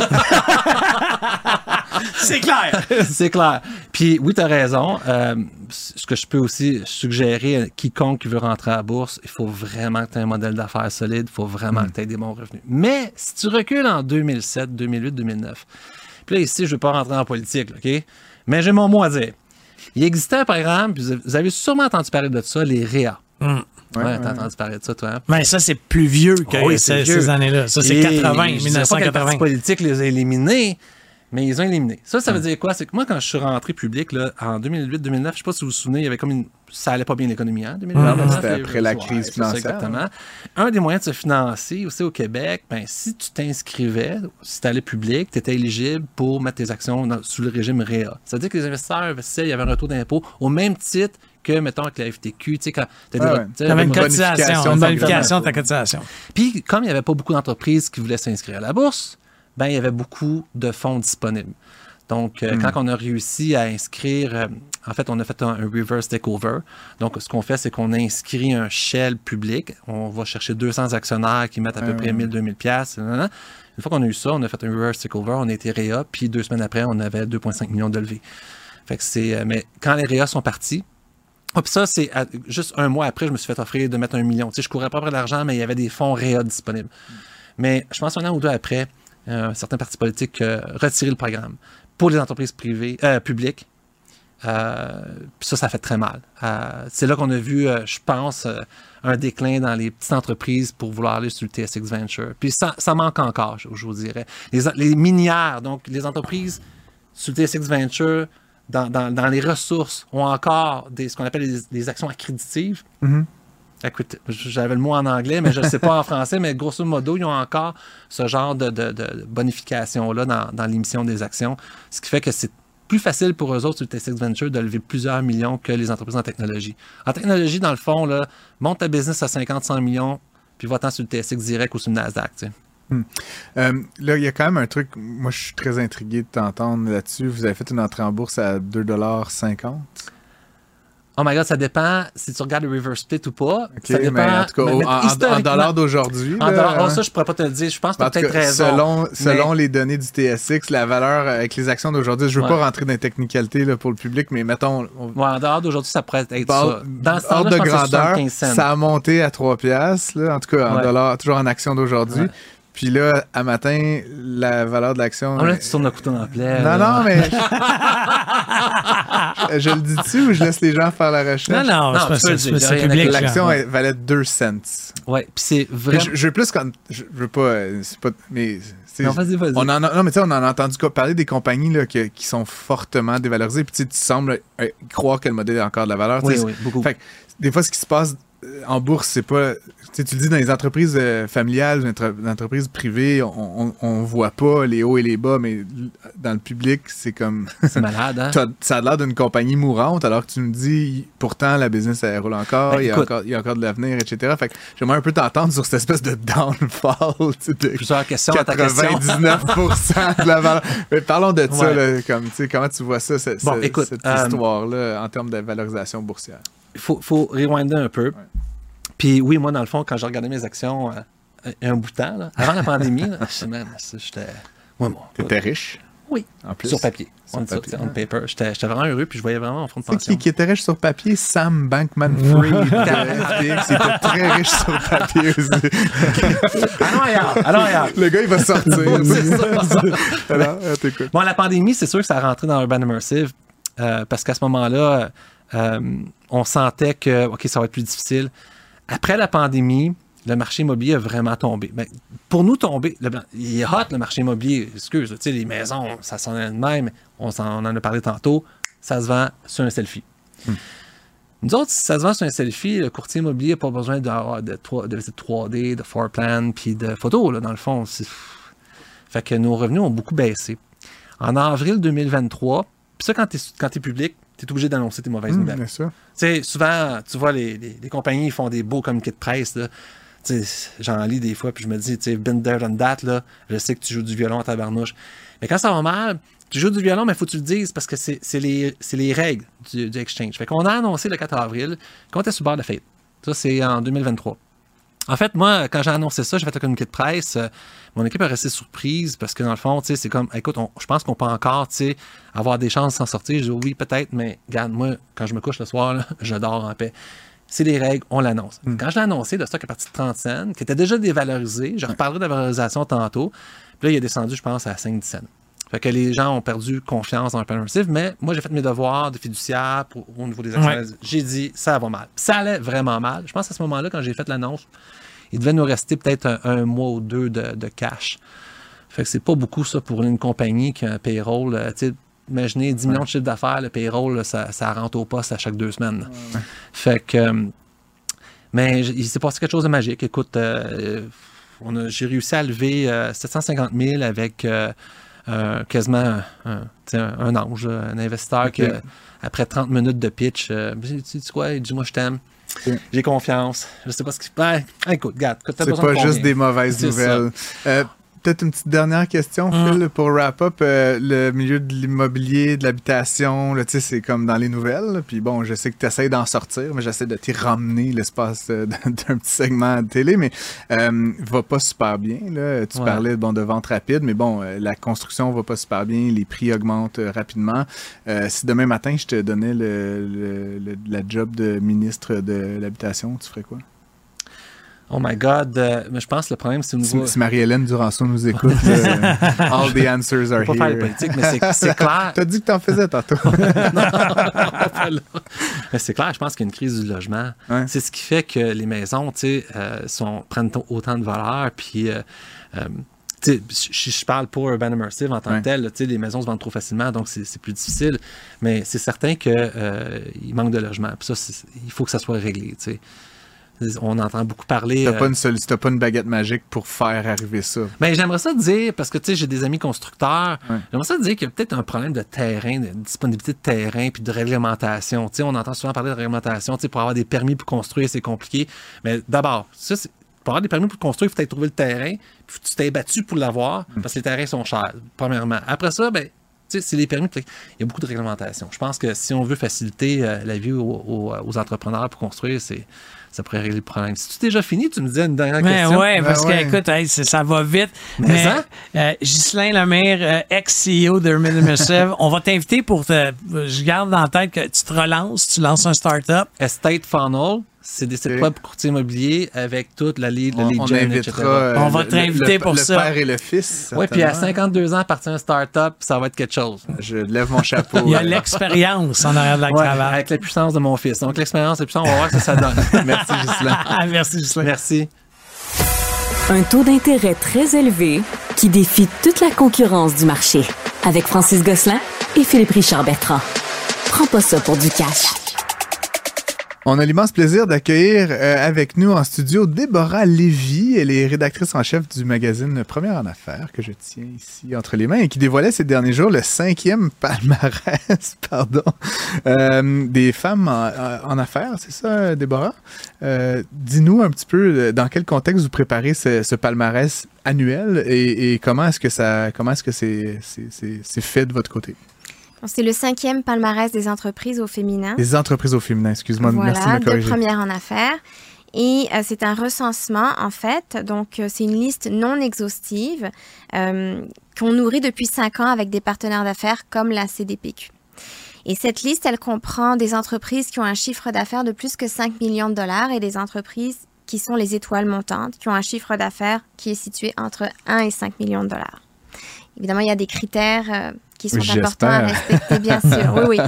C'est clair. C'est clair. Puis oui, tu as raison. Ce que je peux aussi suggérer à quiconque qui veut rentrer à la bourse, il faut vraiment que tu aies un modèle d'affaires solide, il faut vraiment que tu aies des bons revenus. Mais si tu recules en 2007, 2008, 2009, puis là, ici, je ne veux pas rentrer en politique, OK? Mais j'ai mon mot à dire. Il existait un programme, puis vous avez sûrement entendu parler de ça, les REA. Ouais, t'as entendu parler de ça, toi. Hein? Mais ça, c'est plus vieux que ces années-là. Ça, c'est 80, 1980. Le parti politique les a éliminés, mais ils ont éliminé. Ça veut dire quoi? C'est que moi, quand je suis rentré public, là, en 2008-2009, je ne sais pas si vous vous souvenez, il y avait comme ça allait pas bien l'économie, hein? 2009, c'était après la crise financière. Exactement. Un des moyens de se financer aussi au Québec, ben, si tu t'inscrivais, si tu allais public, tu étais éligible pour mettre tes actions sous le régime REA. Ça veut dire que les investisseurs investissaient, il y avait un retour d'impôt au même titre que, mettons, avec la FTQ, tu sais, quand tu avais une cotisation, une bonification de ta cotisation. Puis, comme il n'y avait pas beaucoup d'entreprises qui voulaient s'inscrire à la bourse, ben, il y avait beaucoup de fonds disponibles. Donc, quand on a réussi à inscrire, en fait, on a fait un reverse takeover. Donc, ce qu'on fait, c'est qu'on inscrit un shell public. On va chercher 200 actionnaires qui mettent à peu près 1000-2000 $. Une fois qu'on a eu ça, on a fait un reverse takeover, on a été REA, puis 2 semaines après, on avait 2,5 millions de levées. Fait que mais quand les REA sont partis, puis ça, c'est juste un mois après, je me suis fait offrir de mettre 1 million. Tu sais, je courais pas après de l'argent, mais il y avait des fonds réels disponibles. Mais je pense un an ou deux après, certains partis politiques retiraient le programme pour les entreprises publiques. Puis ça fait très mal. C'est là qu'on a vu, je pense, un déclin dans les petites entreprises pour vouloir aller sur le TSX Venture. Puis ça manque encore, je vous dirais. Les minières, donc les entreprises sur le TSX Venture, dans les ressources, ont encore ce qu'on appelle des actions accréditives. Mm-hmm. Écoute, j'avais le mot en anglais, mais je ne sais pas en français, mais grosso modo, ils ont encore ce genre de bonification-là dans l'émission des actions, ce qui fait que c'est plus facile pour eux autres sur le TSX Venture de lever plusieurs millions que les entreprises en technologie. En technologie, dans le fond, là, monte ta business à 50-100 millions, puis va-t'en sur le TSX direct ou sur le Nasdaq. Tu sais. Là, il y a quand même un truc, moi je suis très intrigué de t'entendre là-dessus. Vous avez fait une entrée en bourse à 2,50 $. Oh my God, ça dépend si tu regardes le reverse split ou pas. Okay, ça dépend. Mais en tout cas, en dollars d'aujourd'hui. Ça, je pourrais pas te le dire. Je pense que tu as peut-être raison. Selon les données du TSX, la valeur avec les actions d'aujourd'hui, je veux pas rentrer dans les technicalités là, pour le public, mais mettons... en dollars d'aujourd'hui, ça pourrait être ça. Dans ce ordre de grandeur, 75 cents. ça a monté à 3 $, là, en tout cas en dollars, toujours en actions d'aujourd'hui. Ouais. Puis là, à matin, la valeur de l'action... là, tu tournes le couteau dans la plaie. Non, mais... je le dis-tu ou je laisse les gens faire la recherche? Non, c'est public. L'action valait 2 cents. Oui, puis c'est vraiment... Je veux plus quand... Je veux pas... C'est pas... Mais... Non, vas-y. Non, mais tu sais, on en a entendu parler des compagnies là, qui sont fortement dévalorisées. Puis tu sembles croire que le modèle a encore de la valeur. Oui, beaucoup. Fait que, des fois, ce qui se passe en bourse, c'est pas... Tu le dis, dans les entreprises familiales, les entreprises privées, on voit pas les hauts et les bas, mais dans le public, c'est comme... C'est malade, hein? Ça a l'air d'une compagnie mourante, alors que tu me dis, pourtant, la business, elle roule encore, il y a encore de l'avenir, etc. Fait que j'aimerais un peu t'entendre sur cette espèce de downfall, de plusieurs questions 99% de la valeur. Mais parlons de ça, là, comme, comment tu vois ça, cette histoire-là, en termes de valorisation boursière. Il faut rewinder un peu. Ouais. Puis oui, moi, dans le fond, quand j'ai regardé mes actions un bout de temps, là, avant la pandémie, j'étais... T'étais riche? Oui, en plus. Sur papier. On paper. J'étais vraiment heureux, puis je voyais vraiment mon fonds de pension. Qui était riche sur papier? Sam Bankman-Fried. C'était très riche sur papier aussi. Allons ailleurs. Le gars, il va sortir. C'est ça. Alors, t'écoutes. Bon, la pandémie, c'est sûr que ça a rentré dans Urban Immersive, parce qu'à ce moment-là, on sentait que, OK, ça va être plus difficile. Après la pandémie, le marché immobilier a vraiment tombé. Mais pour nous tomber, il est hot le marché immobilier. Excuse, tu sais, les maisons, ça s'en est de même. On en a parlé tantôt. Ça se vend sur un selfie. Nous autres, si ça se vend sur un selfie, le courtier immobilier n'a pas besoin d'avoir de 3D, de floor plan, puis de photos, là, dans le fond. Fait que nos revenus ont beaucoup baissé. En avril 2023, puis ça, quand tu es public, tu es obligé d'annoncer tes mauvaises nouvelles. Bien sûr. Souvent, tu vois, les compagnies font des beaux communiqués de presse. J'en lis des fois, puis je me dis, been there done that, là, je sais que tu joues du violon à tabarnouche. Mais quand ça va mal, tu joues du violon, mais il faut que tu le dises parce que c'est les règles du exchange. Fait qu'on a annoncé le 4 avril qu'on était sur bord de fête. Ça, c'est en 2023. En fait, moi, quand j'ai annoncé ça, j'ai fait un communiqué de presse. Mon équipe est restée surprise parce que dans le fond, c'est comme, écoute, je pense qu'on peut encore avoir des chances de s'en sortir. Je dis oui, peut-être, mais regarde, moi, quand je me couche le soir, là, je dors en paix. C'est des règles, on l'annonce. Quand je l'ai annoncé, le stock est parti de 30 cents, qui était déjà dévalorisé. Je reparlerai de la valorisation tantôt. Puis là, il est descendu, je pense, à 5-10 cents. Fait que les gens ont perdu confiance dans Urban Immersive, mais moi, j'ai fait mes devoirs de fiduciaire au niveau des actions. Ouais. J'ai dit, ça va mal. Ça allait vraiment mal. Je pense à ce moment-là, quand j'ai fait l'annonce, il devait nous rester peut-être un mois ou deux de cash. Fait que c'est pas beaucoup, ça, pour une compagnie qui a un payroll. Imaginez 10 millions de chiffre d'affaires, le payroll, ça rentre au poste à chaque 2 semaines. Ouais. Fait que... mais il s'est passé quelque chose de magique. Écoute, j'ai réussi à lever 750 000 avec quasiment un ange, un investisseur qui, après 30 minutes de pitch, tu sais quoi, il dit « Moi, je t'aime. » J'ai confiance. Je sais pas ce qu'il fait. Écoute, regarde. C'est pas juste des mauvaises nouvelles. peut-être une petite dernière question, Phil, pour wrap-up. Le milieu de l'immobilier, de l'habitation, là, c'est comme dans les nouvelles. Là. Puis bon, je sais que tu essaies d'en sortir, mais j'essaie de t'y ramener l'espace d'un petit segment de télé, mais va pas super bien. Là. Tu parlais de vente rapide, mais bon, la construction va pas super bien, les prix augmentent rapidement. Si demain matin, je te donnais la job de ministre de l'Habitation, tu ferais quoi? Oh my God, mais je pense que le problème, c'est Si Marie-Hélène Duranceau nous écoute, all the answers are here. On va pas faire la politique, mais c'est clair. T'as dit que t'en faisais tantôt. Mais c'est clair, je pense qu'il y a une crise du logement. Ouais. C'est ce qui fait que les maisons, prennent autant de valeur, puis... je parle pour Urban Immersive en tant que tel, les maisons se vendent trop facilement, donc c'est plus difficile, mais c'est certain qu'il manque de logement. Puis ça, il faut que ça soit réglé. T'sais. On entend beaucoup parler... T'as pas une baguette magique pour faire arriver ça. Mais j'aimerais ça dire, parce que j'ai des amis constructeurs, j'aimerais ça dire qu'il y a peut-être un problème de terrain, de disponibilité de terrain, puis de réglementation. On entend souvent parler de réglementation, pour avoir des permis pour construire, c'est compliqué. Mais d'abord, pour avoir des permis pour construire, il faut trouver le terrain, puis tu t'es battu pour l'avoir, parce que les terrains sont chers, premièrement. Après ça, c'est les permis. Il y a beaucoup de réglementation. Je pense que si on veut faciliter la vie aux entrepreneurs pour construire, ça pourrait régler le problème. Si tu es déjà fini, tu me disais une dernière question. Oui, parce que, écoute, ça va vite. Mais Ghislain Lemire, ex-CEO d'Urban Immersive, on va t'inviter je garde dans la tête que tu te relances, tu lances un start-up. Estate Funnel. C'est des sites web courtiers immobiliers avec toute la lead, le lead gen, etc. On va t'inviter pour ça. Le père et le fils. Oui, puis à 52 ans, partir d'un start-up, ça va être quelque chose. Je lève mon chapeau. Il y a l'expérience en arrière de la cravate. Avec la puissance de mon fils. Donc, l'expérience, la puissance, on va voir ce que ça donne. Merci, Ghislain. Merci, Ghislain. Merci. Un taux d'intérêt très élevé qui défie toute la concurrence du marché. Avec Francis Gosselin et Philippe Richard Bertrand. Prends pas ça pour du cash. On a l'immense plaisir d'accueillir avec nous en studio Déborah Lévy. Elle est rédactrice en chef du magazine Première en Affaires, que je tiens ici entre les mains, et qui dévoilait ces derniers jours le 5e palmarès des femmes en affaires. C'est ça, Déborah? Dis-nous un petit peu dans quel contexte vous préparez ce palmarès annuel et comment est-ce que c'est fait de votre côté? C'est le 5e palmarès des entreprises au féminin. Les entreprises au féminin, excuse-moi. Voilà, merci de me corriger. De Première en Affaires. Et c'est un recensement, en fait. Donc, c'est une liste non exhaustive qu'on nourrit depuis 5 ans avec des partenaires d'affaires comme la CDPQ. Et cette liste, elle comprend des entreprises qui ont un chiffre d'affaires de plus que 5 millions de dollars et des entreprises qui sont les étoiles montantes, qui ont un chiffre d'affaires qui est situé entre 1 et 5 millions de dollars. Évidemment, il y a des critères qui sont importants à respecter, bien sûr. Oui.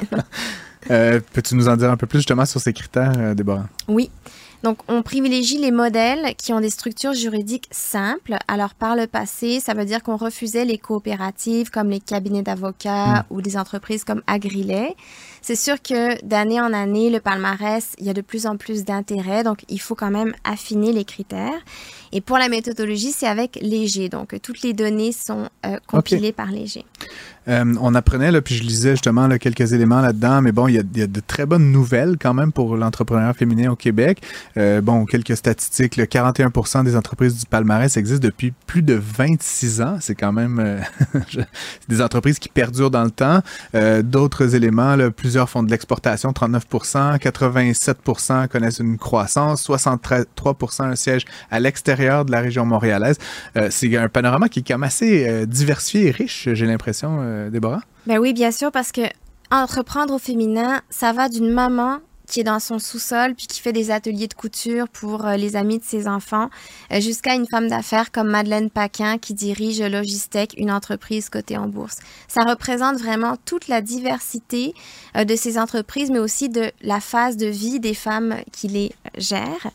Peux-tu nous en dire un peu plus justement sur ces critères, Déborah? Oui. Donc, on privilégie les modèles qui ont des structures juridiques simples. Alors, par le passé, ça veut dire qu'on refusait les coopératives comme les cabinets d'avocats ou des entreprises comme Agrilet. C'est sûr que d'année en année, le palmarès, il y a de plus en plus d'intérêt. Donc, il faut quand même affiner les critères. Et pour la méthodologie, c'est avec Léger. Donc, toutes les données sont compilées par Léger. On apprenait, là, puis je lisais justement là, quelques éléments là-dedans, mais bon, il y a de très bonnes nouvelles quand même pour l'entrepreneuriat féminin au Québec. Quelques statistiques, là, 41% des entreprises du palmarès existent depuis plus de 26 ans. C'est quand même des entreprises qui perdurent dans le temps. D'autres éléments, là, plusieurs font de l'exportation, 39%, 87% connaissent une croissance, 63% un siège à l'extérieur de la région montréalaise. C'est un panorama qui est quand même assez diversifié et riche, j'ai l'impression, Déborah? Ben oui, bien sûr, parce que entreprendre au féminin, ça va d'une maman qui est dans son sous-sol puis qui fait des ateliers de couture pour les amis de ses enfants, jusqu'à une femme d'affaires comme Madeleine Paquin qui dirige Logistech, une entreprise cotée en bourse. Ça représente vraiment toute la diversité de ces entreprises, mais aussi de la phase de vie des femmes qui les gèrent.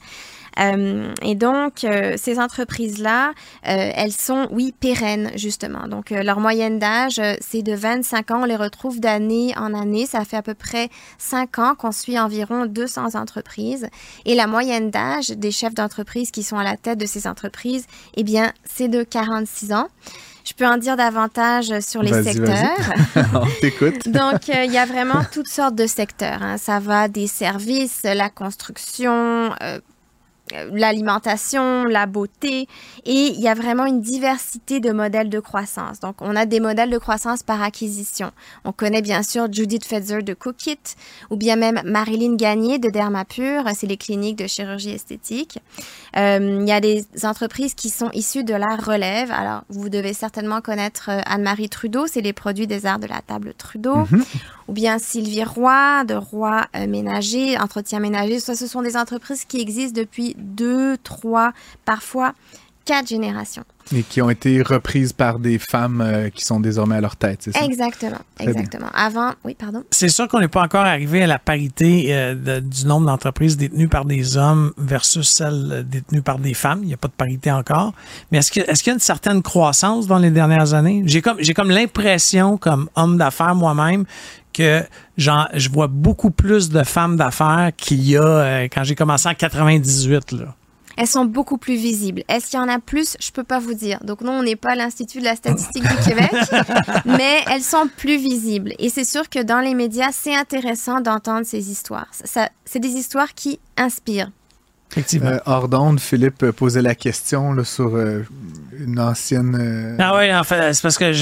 Et donc, ces entreprises-là, elles sont, pérennes, justement. Donc, leur moyenne d'âge, c'est de 25 ans. On les retrouve d'année en année. Ça fait à peu près 5 ans qu'on suit environ 200 entreprises. Et la moyenne d'âge des chefs d'entreprise qui sont à la tête de ces entreprises, eh bien, c'est de 46 ans. Je peux en dire davantage sur les secteurs. On t'écoute. Donc, il y a vraiment toutes sortes de secteurs. Ça va des services, la construction, l'alimentation, la beauté, et il y a vraiment une diversité de modèles de croissance. Donc, on a des modèles de croissance par acquisition. On connaît bien sûr Judith Fetzer de Cookit, ou bien même Marilyn Gagné de Dermapure, c'est les cliniques de chirurgie esthétique. Il y a des entreprises qui sont issues de la relève. Alors, vous devez certainement connaître Anne-Marie Trudeau, c'est les produits des arts de la table Trudeau, ou bien Sylvie Roy de Roy Ménager, Entretien Ménager. Ça, ce sont des entreprises qui existent depuis 2, 3, parfois 4 générations. Et qui ont été reprises par des femmes qui sont désormais à leur tête, c'est ça? Exactement, exactement. Avant, oui, pardon. C'est sûr qu'on n'est pas encore arrivé à la parité du nombre d'entreprises détenues par des hommes versus celles détenues par des femmes. Il n'y a pas de parité encore. Mais est-ce qu'il y a une certaine croissance dans les dernières années? J'ai comme l'impression, comme homme d'affaires moi-même, que je vois beaucoup plus de femmes d'affaires qu'il y a quand j'ai commencé en 98, là. Elles sont beaucoup plus visibles. Est-ce qu'il y en a plus? Je peux pas vous dire. Donc, non, on n'est pas l'Institut de la statistique du Québec, mais elles sont plus visibles. Et c'est sûr que dans les médias, c'est intéressant d'entendre ces histoires. C'est des histoires qui inspirent. Effectivement. Hors d'onde, Philippe posait la question là, sur une ancienne... Ah oui, en fait, c'est parce que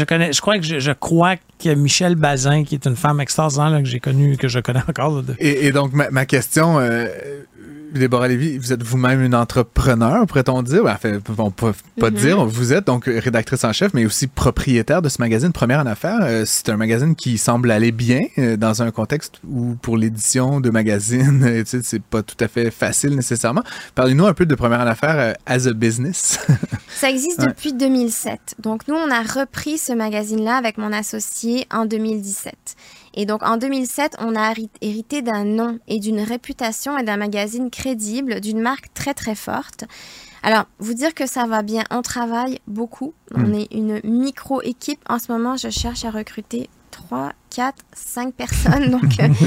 je crois que Michel Bazin, qui est une femme extraordinaire là, que je connais encore. Là, et donc, ma question... Déborah Lévy, vous êtes vous-même une entrepreneur, pourrait-on dire? En fait, on peut pas dire. Vous êtes donc rédactrice en chef, mais aussi propriétaire de ce magazine Première en Affaires. C'est un magazine qui semble aller bien dans un contexte où, pour l'édition de magazines, c'est pas tout à fait facile nécessairement. Parlez-nous un peu de Première en Affaires as a business. Ça existe depuis 2007. Donc, nous, on a repris ce magazine-là avec mon associé en 2017. Et donc, en 2007, on a hérité d'un nom et d'une réputation et d'un magazine crédible, d'une marque très, très forte. Alors, vous dire que ça va bien, on travaille beaucoup. On est une micro-équipe. En ce moment, je cherche à recruter 3, 4, 5 personnes. Donc,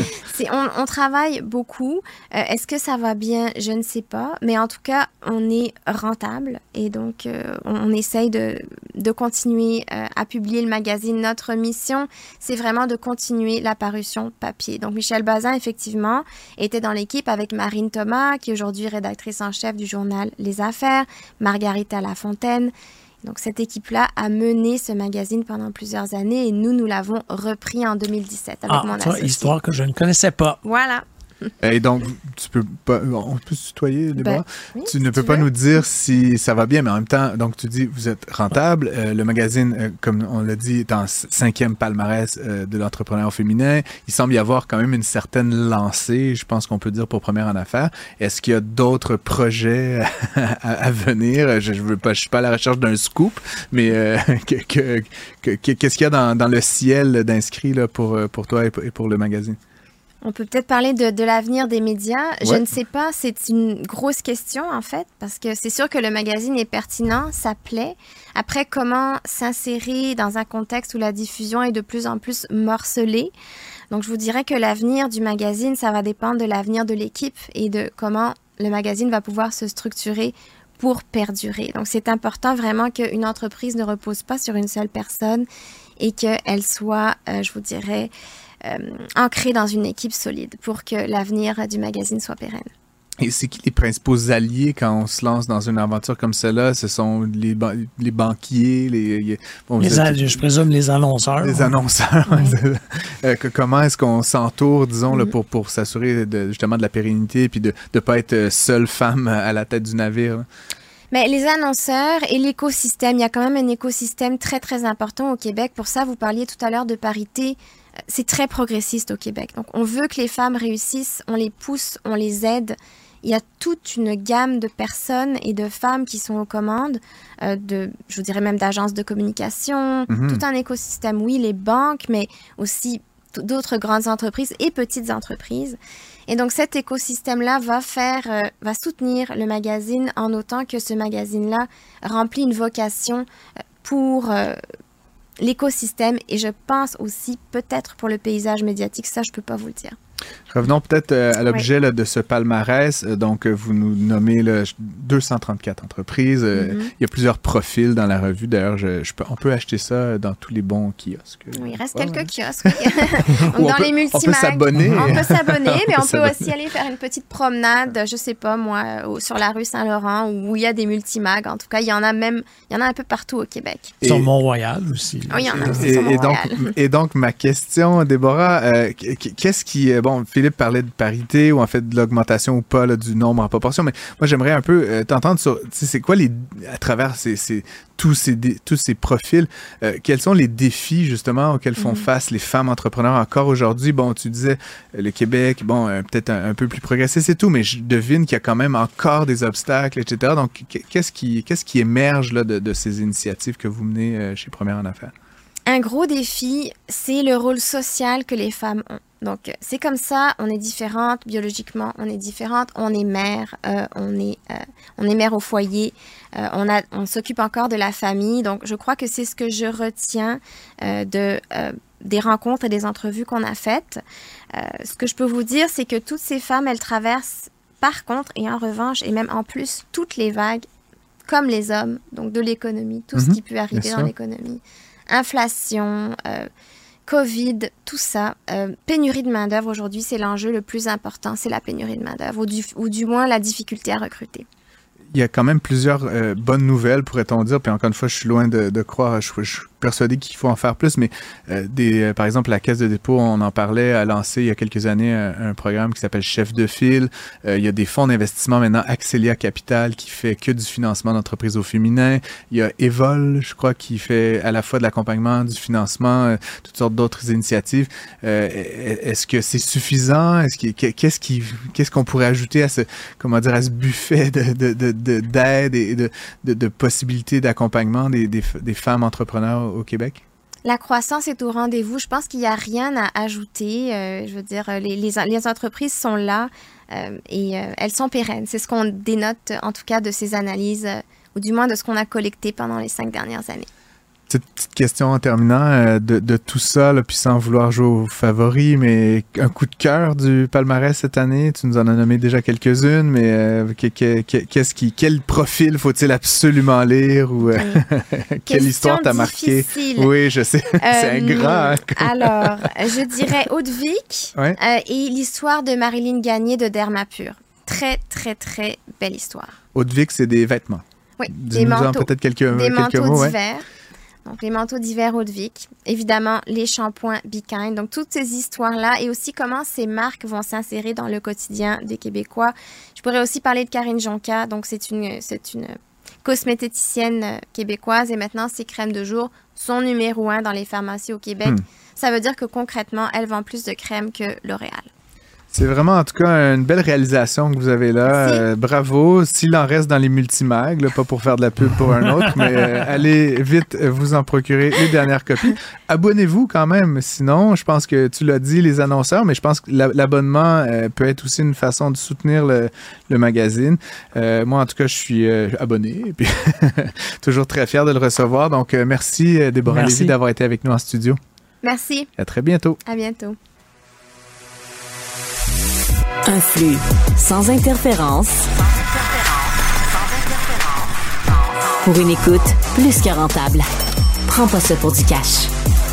on travaille beaucoup. Est-ce que ça va bien? Je ne sais pas. Mais en tout cas, on est rentable. Et donc, on essaye de continuer à publier le magazine. Notre mission, c'est vraiment de continuer la parution papier. Donc, Michel Bazin, effectivement, était dans l'équipe avec Marine Thomas, qui est aujourd'hui rédactrice en chef du journal Les Affaires, Margarita Lafontaine. Donc, cette équipe-là a mené ce magazine pendant plusieurs années et nous l'avons repris en 2017 avec mon associé. Histoire que je ne connaissais pas. Voilà. Et donc, tu peux pas, on peut se tutoyer, Déborah? Oui, tu ne peux pas nous dire si ça va bien, mais en même temps, donc tu dis vous êtes rentable. Le magazine, comme on l'a dit, est en 5e palmarès de l'entrepreneur féminin. Il semble y avoir quand même une certaine lancée, je pense qu'on peut dire, pour Première en Affaires. Est-ce qu'il y a d'autres projets à venir? Je suis pas à la recherche d'un scoop, mais qu'est-ce qu'il y a dans le ciel d'inscrits là, pour toi et pour le magazine? On peut peut-être parler de l'avenir des médias. Ouais. Je ne sais pas, c'est une grosse question en fait, parce que c'est sûr que le magazine est pertinent, ça plaît. Après, comment s'insérer dans un contexte où la diffusion est de plus en plus morcelée? Donc, je vous dirais que l'avenir du magazine, ça va dépendre de l'avenir de l'équipe et de comment le magazine va pouvoir se structurer pour perdurer. Donc, c'est important vraiment qu'une entreprise ne repose pas sur une seule personne et qu'elle soit, je vous dirais, ancrée dans une équipe solide pour que l'avenir du magazine soit pérenne. Et c'est qui les principaux alliés quand on se lance dans une aventure comme celle-là? Ce sont les banquiers, je présume les annonceurs. Les annonceurs. Ouais. Comment est-ce qu'on s'entoure, disons, là, pour s'assurer justement de la pérennité et puis de ne pas être seule femme à la tête du navire? Là? Mais les annonceurs et l'écosystème, il y a quand même un écosystème très, très important au Québec. Pour ça, vous parliez tout à l'heure de parité. C'est très progressiste au Québec. Donc, on veut que les femmes réussissent, on les pousse, on les aide. Il y a toute une gamme de personnes et de femmes qui sont aux commandes, je vous dirais même d'agences de communication, tout un écosystème. Oui, les banques, mais aussi d'autres grandes entreprises et petites entreprises. Et donc, cet écosystème-là va soutenir le magazine en autant que ce magazine-là remplit une vocation pour l'écosystème et je pense aussi peut-être pour le paysage médiatique. Ça, je peux pas vous le dire. Revenons peut-être à l'objet de ce palmarès. Donc, vous nous nommez 234 entreprises. Il y a plusieurs profils dans la revue. D'ailleurs, on peut acheter ça dans tous les bons kiosques. Oui, il reste quelques kiosques. Donc, dans les multimags. On peut s'abonner. Mais on peut aussi aller faire une petite promenade, je sais pas moi, sur la rue Saint-Laurent où il y a des multimags. En tout cas, il y en a un peu partout au Québec. Sur Mont-Royal aussi. Oui, il y en a aussi sur Mont-Royal. Et donc, ma question, Déborah, qu'est-ce qui... Bon, Philippe parlait de parité ou en fait de l'augmentation ou pas là, du nombre en proportion, mais moi j'aimerais un peu t'entendre sur c'est quoi à travers tous ces profils, quels sont les défis justement auxquels font face les femmes entrepreneurs encore aujourd'hui? Bon, tu disais le Québec, bon, peut-être un peu plus progressiste et tout, mais je devine qu'il y a quand même encore des obstacles, etc. Donc, qu'est-ce qui émerge là, de ces initiatives que vous menez chez Première en Affaires? Un gros défi, c'est le rôle social que les femmes ont. Donc, c'est comme ça, on est différentes, biologiquement, on est différentes, on est mère, on est mère au foyer, on s'occupe encore de la famille. Donc, je crois que c'est ce que je retiens des rencontres et des entrevues qu'on a faites. Ce que je peux vous dire, c'est que toutes ces femmes, elles traversent, par contre, et en revanche, et même en plus, toutes les vagues, comme les hommes, donc de l'économie, tout ce qui peut arriver dans l'économie. Inflation, Covid, tout ça. Pénurie de main-d'œuvre aujourd'hui, c'est l'enjeu le plus important, c'est la pénurie de main-d'œuvre, ou du moins la difficulté à recruter. Il y a quand même plusieurs bonnes nouvelles, pourrait-on dire. Puis encore une fois, je suis loin de croire, je suis persuadé qu'il faut en faire plus, mais par exemple, la Caisse de dépôt, on en parlait, a lancé il y a quelques années un programme qui s'appelle Chef de file. Il y a des fonds d'investissement maintenant, Axelia Capital, qui fait que du financement d'entreprises au féminin. Il y a Evol, je crois, qui fait à la fois de l'accompagnement, du financement, toutes sortes d'autres initiatives. Est-ce que c'est suffisant? Qu'est-ce qu'on pourrait ajouter à ce buffet d'aide et de possibilités d'accompagnement des femmes entrepreneurs au Québec? La croissance est au rendez-vous. Je pense qu'il n'y a rien à ajouter. Je veux dire, les entreprises sont là et elles sont pérennes. C'est ce qu'on dénote, en tout cas, de ces analyses, ou du moins de ce qu'on a collecté pendant les 5 dernières années. Petite question en terminant de tout ça, là, puis sans vouloir jouer aux favoris, mais un coup de cœur du palmarès cette année, tu nous en as nommé déjà quelques-unes, mais quel profil faut-il absolument lire ou quelle histoire t'a marqué? Oui, je sais, c'est ingrat. Hein? Alors, je dirais Haute-Vic et l'histoire de Marilyn Gagné de Dermapur. Très, très, très belle histoire. Haute-Vic, c'est des vêtements. Oui, des manteaux. Peut-être quelques mots d'hiver. Donc, les manteaux d'hiver Haute-Vic. Évidemment, les shampoings Be Kind. Donc, toutes ces histoires-là et aussi comment ces marques vont s'insérer dans le quotidien des Québécois. Je pourrais aussi parler de Karine Jonca. Donc, c'est une cosméticienne québécoise et maintenant, ses crèmes de jour sont numéro 1 dans les pharmacies au Québec. Ça veut dire que concrètement, elle vend plus de crèmes que L'Oréal. C'est vraiment, en tout cas, une belle réalisation que vous avez là. Bravo. S'il en reste dans les multimags, là, pas pour faire de la pub pour un autre, mais allez vite vous en procurer les dernières copies. Abonnez-vous quand même. Sinon, je pense que tu l'as dit, les annonceurs, mais je pense que l'abonnement peut être aussi une façon de soutenir le magazine. Moi, en tout cas, je suis abonné et puis toujours très fier de le recevoir. Donc, merci Déborah Lévy d'avoir été avec nous en studio. Merci. À très bientôt. À bientôt. Un flux sans interférence. Pour une écoute plus que rentable. Prends pas ça pour du cash.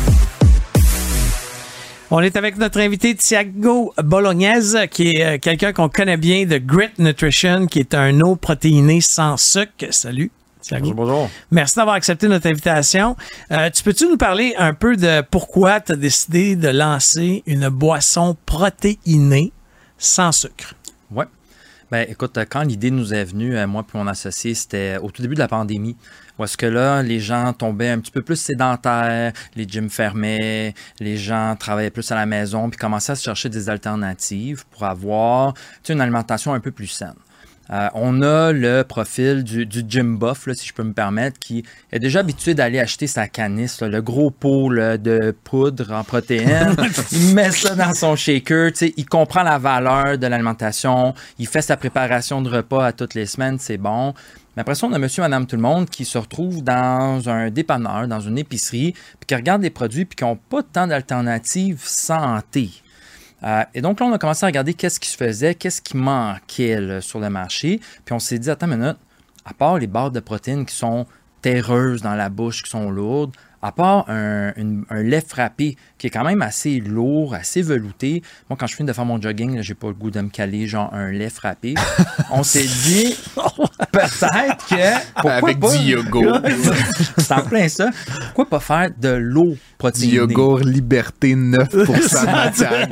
On est avec notre invité Thiago Bolognese, qui est quelqu'un qu'on connaît bien de Grit Nutrition, qui est un eau protéinée sans sucre. Salut. Thiago. Bonjour. Merci d'avoir accepté notre invitation. Tu peux-tu nous parler un peu de pourquoi tu as décidé de lancer une boisson protéinée sans sucre? Oui. Ben, écoute, quand l'idée nous est venue, moi et mon associé, c'était au tout début de la pandémie, où est-ce que là, les gens tombaient un petit peu plus sédentaires, les gyms fermaient, les gens travaillaient plus à la maison, puis commençaient à se chercher des alternatives pour avoir une alimentation un peu plus saine. On a le profil du gym buff, là, si je peux me permettre, qui est déjà habitué d'aller acheter sa canisse, là, le gros pot là, de poudre en protéines. Il met ça dans son shaker. Il comprend la valeur de l'alimentation. Il fait sa préparation de repas à toutes les semaines. C'est bon. Mais après ça, on a monsieur, madame, tout le monde qui se retrouve dans un dépanneur, dans une épicerie, puis qui regarde des produits puis qui n'ont pas tant d'alternatives santé. Et donc là, on a commencé à regarder qu'est-ce qui se faisait, qu'est-ce qui manquait là, sur le marché. Puis on s'est dit, attends une minute, à part les barres de protéines qui sont terreuses dans la bouche, qui sont lourdes, à part un lait frappé qui est quand même assez lourd, assez velouté. Moi, quand je finis de faire mon jogging, là, j'ai pas le goût de me caler genre un lait frappé. On s'est dit, peut-être que... Avec pas? du yogourt. C'est en plein ça. Pourquoi pas faire de l'eau protéinée? Du yogourt Liberté 9% matière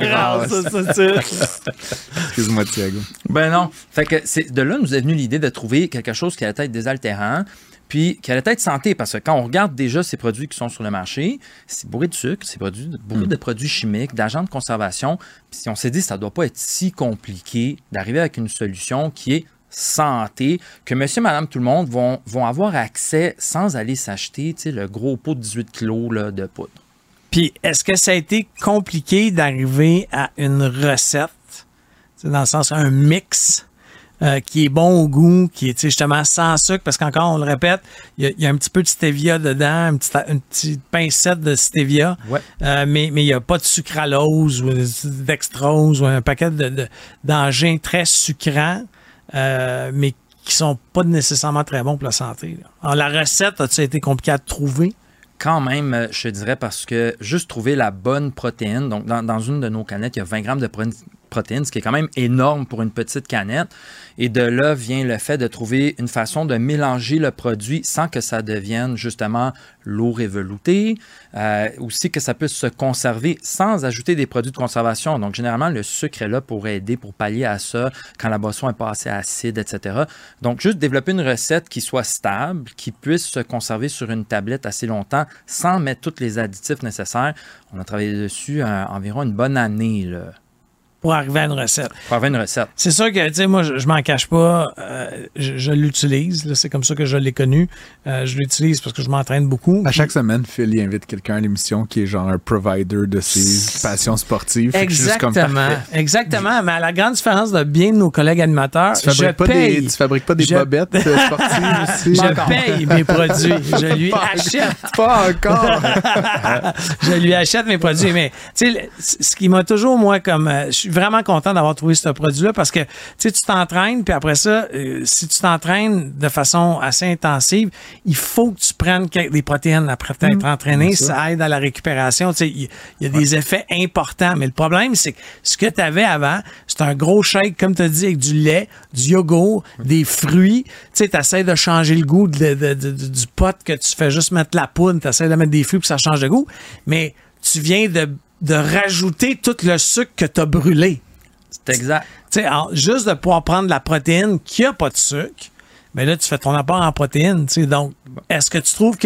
grasse. Excuse-moi, Thiago. Ben non. Fait que de là, nous est venue l'idée de trouver quelque chose qui allait être désaltérant, puis qui allait être santé, parce que quand on regarde déjà ces produits qui sont sur le marché, c'est bourré de sucre, c'est bourré de produits chimiques, d'agents de conservation. Puis on s'est dit, ça ne doit pas être si compliqué d'arriver avec une solution qui est santé, que monsieur, madame, tout le monde vont avoir accès sans aller s'acheter le gros pot de 18 kilos là, de poudre. Puis, est-ce que ça a été compliqué d'arriver à une recette, dans le sens un mix qui est bon au goût, qui est justement sans sucre, parce qu'encore, on le répète, il y a un petit peu de stevia dedans, une petite pincette de stevia, mais il n'y a pas de sucralose ou dextrose ou un paquet d'engins très sucrants, mais qui sont pas nécessairement très bons pour la santé. Là. Alors, la recette, a-t-il été compliquée à trouver? Quand même, je dirais, parce que juste trouver la bonne protéine, donc dans une de nos canettes, il y a 20 grammes de protéines, ce qui est quand même énorme pour une petite canette. Et de là vient le fait de trouver une façon de mélanger le produit sans que ça devienne justement lourd et velouté. Aussi que ça puisse se conserver sans ajouter des produits de conservation. Donc, généralement, le sucre est là pour aider, pour pallier à ça quand la boisson n'est pas assez acide, etc. Donc, juste développer une recette qui soit stable, qui puisse se conserver sur une tablette assez longtemps sans mettre tous les additifs nécessaires. On a travaillé dessus environ une bonne année, là. Pour arriver à une recette. Pour arriver à une recette. C'est sûr que, tu sais, moi, je m'en cache pas. Je l'utilise. Là, c'est comme ça que je l'ai connu. Je l'utilise parce que je m'entraîne beaucoup. À chaque semaine, Phil il invite quelqu'un à l'émission qui est genre un provider de ses passions sportives. Exactement. Exactement. Mais à la grande différence de bien de nos collègues animateurs, tu fabriques pas des bobettes sportives aussi? Je paye mes produits. Je lui achète. Pas encore. Je lui achète mes produits. Mais, tu sais, ce qui m'a toujours, moi, comme... je suis vraiment content d'avoir trouvé ce produit-là parce que tu t'entraînes, puis après ça, si tu t'entraînes de façon assez intensive, il faut que tu prennes des protéines après t'être entraîné. Ça aide à la récupération. Il y a des effets importants. Mais le problème, c'est que ce que tu avais avant, c'est un gros shake, comme tu as dit, avec du lait, du yogourt, des fruits. Tu essaies de changer le goût du pot que tu fais juste mettre la poudre. Tu essaies de mettre des fruits pour que ça change de goût. Mais tu viens de rajouter tout le sucre que tu as brûlé. C'est exact. Juste de pouvoir prendre de la protéine qui n'a pas de sucre, mais là, tu fais ton apport en protéines. Donc, est-ce que tu trouves que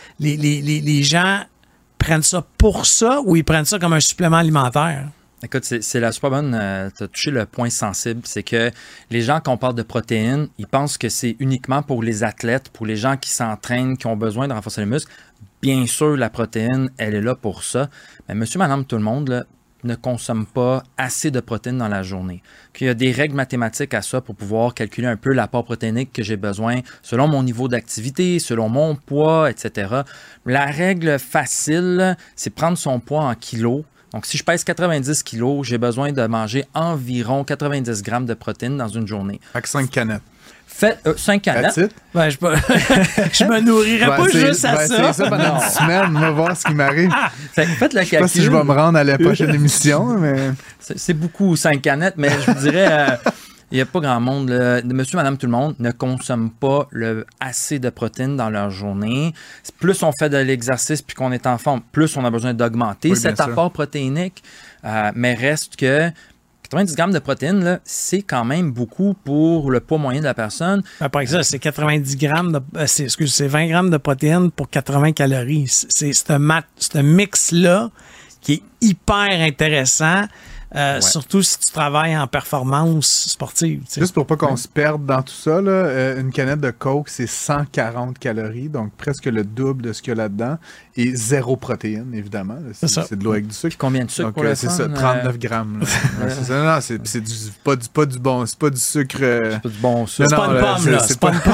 les gens prennent ça pour ça ou ils prennent ça comme un supplément alimentaire? Écoute, c'est la super bonne. Tu as touché le point sensible. C'est que les gens, quand on parle de protéines, ils pensent que c'est uniquement pour les athlètes, pour les gens qui s'entraînent, qui ont besoin de renforcer les muscles. Bien sûr, la protéine, elle est là pour ça. Mais monsieur, madame, tout le monde là, ne consomme pas assez de protéines dans la journée. Il y a des règles mathématiques à ça pour pouvoir calculer un peu l'apport protéinique que j'ai besoin selon mon niveau d'activité, selon mon poids, etc. La règle facile, c'est prendre son poids en kilos. Donc, si je pèse 90 kilos, j'ai besoin de manger environ 90 grammes de protéines dans une journée. Avec 5 canettes. Faites 5 canettes. Ben, je me nourrirais pas juste à ça. C'est ça pendant 10 semaines. On va voir ce qui m'arrive. Faites le calcul. Je sais pas si je vais me rendre à la prochaine émission, mais... C'est beaucoup, 5 canettes, mais je vous dirais... Il n'y a pas grand monde. Monsieur, madame, tout le monde ne consomme pas assez de protéines dans leur journée. Plus on fait de l'exercice puis qu'on est en forme, plus on a besoin d'augmenter cet apport protéinique. Mais reste que 90 grammes de protéines, là, c'est quand même beaucoup pour le poids moyen de la personne. Par exemple, c'est 90 grammes c'est 20 grammes de protéines pour 80 calories. C'est ce mix-là qui est hyper intéressant. Surtout si tu travailles en performance sportive. T'sais. Juste pour pas qu'on se perde dans tout ça, là, une canette de Coke, c'est 140 calories, donc presque le double de ce qu'il y a là-dedans, et 0 protéines, évidemment. C'est de l'eau avec du sucre. Puis combien de sucre donc, pour le c'est ça, 39 grammes. C'est pas du bon, c'est pas du sucre... C'est pas du bon sucre. C'est pas une pomme, là. C'est pas une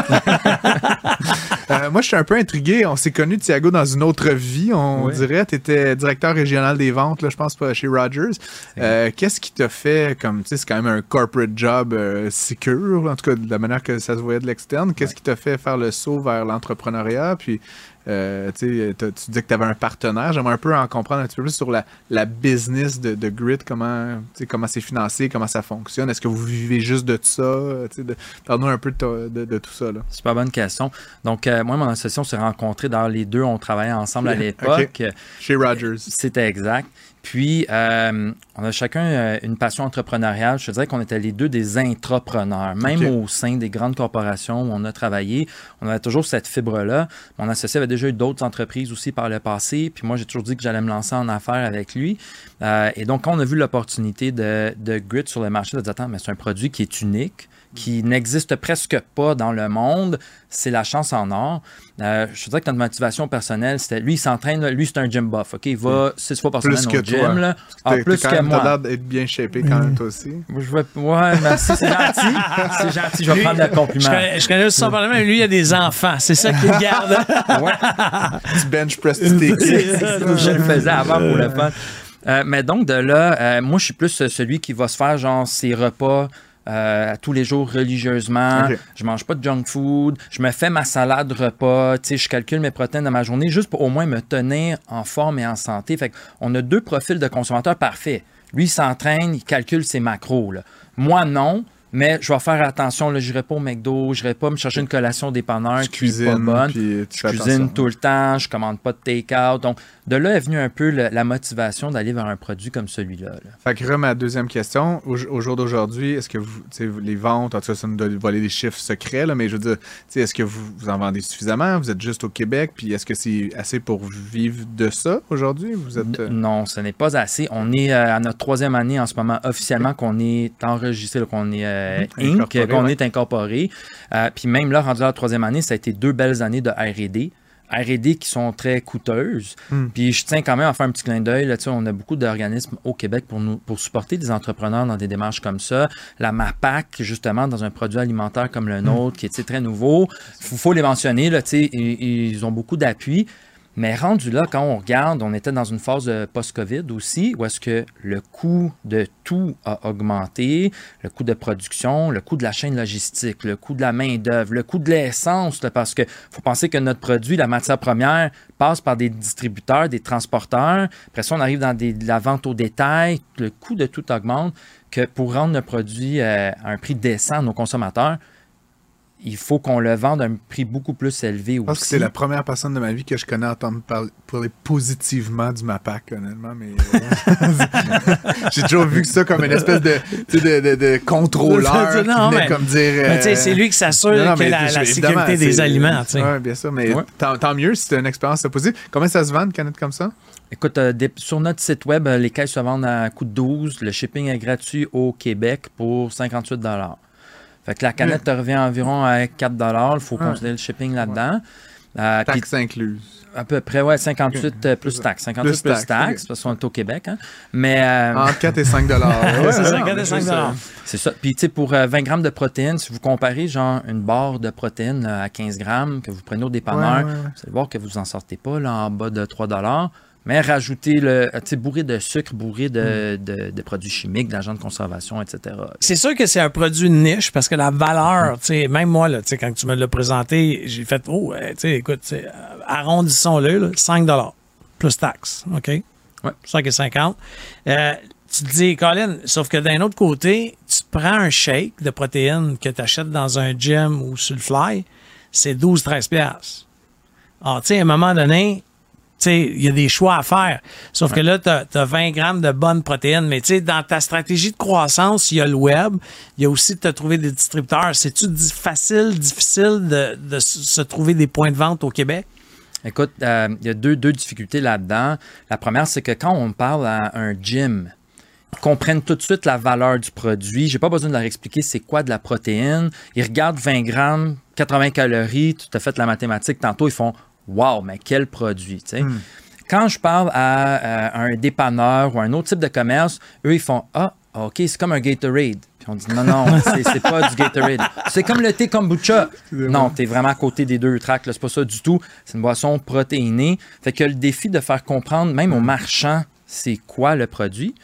pomme. Moi, je suis un peu intrigué. On s'est connus, Thiago, dans une autre vie, on dirait. Tu étais directeur régional des ventes, là, je pense, pas chez Rogers. Qu'est-ce qui t'a fait, comme, tu sais, c'est quand même un corporate job secure, en tout cas, de la manière que ça se voyait de l'externe. Qu'est-ce qui t'a fait faire le saut vers l'entrepreneuriat? Puis, tu disais que tu avais un partenaire. J'aimerais un peu en comprendre un petit peu plus sur la business de Grit, comment c'est financé, comment ça fonctionne. Est-ce que vous vivez juste de ça? Parle-nous un peu de tout ça. Là. Super bonne question. Donc, moi et mon associé, on s'est rencontrés. Dans les deux, on travaillait ensemble à l'époque. Okay. Chez Rogers. C'était exact. Puis, on a chacun une passion entrepreneuriale. Je te dirais qu'on était les deux des intrapreneurs. Même au sein des grandes corporations où on a travaillé, on avait toujours cette fibre-là. Mon associé avait déjà eu d'autres entreprises aussi par le passé. Puis moi, j'ai toujours dit que j'allais me lancer en affaires avec lui. Et donc, quand on a vu l'opportunité de Grit sur le marché, on a dit, attends, mais c'est un produit qui est unique, qui n'existe presque pas dans le monde. C'est la chance en or. Je te dirais que notre motivation personnelle, c'était lui, il s'entraîne, lui, c'est un gym buff. OK? Il va 6 fois par semaine au gym. Là. Plus que moi. T'as l'air d'être bien shapé quand même, toi aussi. Ouais, merci, c'est gentil. C'est gentil, je vais prendre le compliment. Je connais aussi son problème, mais lui, il a des enfants. C'est ça qu'il garde. Du bench press stick. Je le faisais avant pour le fun. Mais donc, de là, moi, je suis plus celui qui va se faire, genre, ses repas tous les jours religieusement. Je mange pas de junk food. Je me fais ma salade repas. Je calcule mes protéines dans ma journée juste pour au moins me tenir en forme et en santé. Fait qu'on a deux profils de consommateurs parfaits. Lui, il s'entraîne, il calcule ses macros. Là. Moi, non. Mais je vais faire attention, je n'irai pas au McDo, je n'irai pas me chercher une collation dépanneur qui n'est pas bonne. Je cuisine tout le temps, je ne commande pas de take-out. Donc, de là est venue un peu la motivation d'aller vers un produit comme celui-là. Fait que ma deuxième question, au jour d'aujourd'hui, est-ce que vous, les ventes, en tout cas, ça nous doit voler des chiffres secrets, là, mais je veux dire, est-ce que vous en vendez suffisamment? Vous êtes juste au Québec, puis est-ce que c'est assez pour vivre de ça aujourd'hui? Non, ce n'est pas assez. On est à notre 3e année en ce moment, officiellement, qu'on est enregistré, qu'on est Inc., qu'on est incorporé. Puis même là, rendu à la 3e année, ça a été 2 belles années de R&D. R&D qui sont très coûteuses. Puis je tiens quand même à faire un petit clin d'œil. Là-dessus, on a beaucoup d'organismes au Québec pour supporter des entrepreneurs dans des démarches comme ça. La MAPAC, justement, dans un produit alimentaire comme le nôtre, qui est très nouveau. Il faut les mentionner. Là, ils ont beaucoup d'appui. Mais rendu là, quand on regarde, on était dans une phase post-COVID aussi, où est-ce que le coût de tout a augmenté, le coût de production, le coût de la chaîne logistique, le coût de la main-d'œuvre, le coût de l'essence, là, parce qu'il faut penser que notre produit, la matière première, passe par des distributeurs, des transporteurs. Après ça, on arrive dans la vente au détail. Le coût de tout augmente, que pour rendre le produit à un prix décent à nos consommateurs, il faut qu'on le vende à un prix beaucoup plus élevé aussi. Je pense que c'est la première personne de ma vie que je connais à entendre parler positivement du MAPAC, honnêtement, mais j'ai toujours vu ça comme une espèce de contrôleur qui venait comme dire... c'est lui qui s'assure que la sécurité des aliments. Oui, bien sûr, mais tant mieux si c'est une expérience positive. Combien ça se vend, une canette comme ça? Écoute, sur notre site web, les caisses se vendent à coût de 12. Le shipping est gratuit au Québec pour 58 $. Fait que la canette te revient environ à 4 $. Il faut considérer le shipping là-dedans. Taxes incluses. À peu près, 58 plus taxes. 58 plus taxes, parce qu'on est au Québec. Hein. Mais, entre 4 et 5 $. C'est ça, 4 et 5 $. C'est ça. Puis, tu sais, pour 20 grammes de protéines, si vous comparez, genre, une barre de protéines à 15 grammes que vous prenez au dépanneur, vous allez voir que vous n'en sortez pas là, en bas de 3 $. Mais rajouter bourré de sucre, bourré de produits chimiques, d'agents de conservation, etc. C'est sûr que c'est un produit de niche parce que la valeur, même moi, là, quand tu me l'as présenté, j'ai fait, écoute, arrondissons-le, là, 5 $ plus taxes, OK? Ouais. 5,50 $. Tu te dis, Colin, sauf que d'un autre côté, tu prends un shake de protéines que tu achètes dans un gym ou sur le fly, c'est 12-13 $. Alors, tu sais, à un moment donné, il y a des choix à faire. Sauf que là, tu as 20 grammes de bonnes protéines. Mais dans ta stratégie de croissance, il y a le web. Il y a aussi de te trouver des distributeurs. C'est-tu difficile de se trouver des points de vente au Québec? Écoute, il y a deux difficultés là-dedans. La première, c'est que quand on parle à un gym, ils comprennent tout de suite la valeur du produit. J'ai pas besoin de leur expliquer c'est quoi de la protéine. Ils regardent 20 grammes, 80 calories. Tu as fait la mathématique tantôt. Ils font wow, mais quel produit, tu sais. Quand je parle à un dépanneur ou un autre type de commerce, eux, ils font OK, c'est comme un Gatorade. Puis on dit non, c'est pas du Gatorade. C'est comme le thé kombucha. Non, t'es vraiment à côté des deux tracks, là, c'est pas ça du tout. C'est une boisson protéinée. Fait que le défi de faire comprendre, même aux marchands, c'est quoi le produit.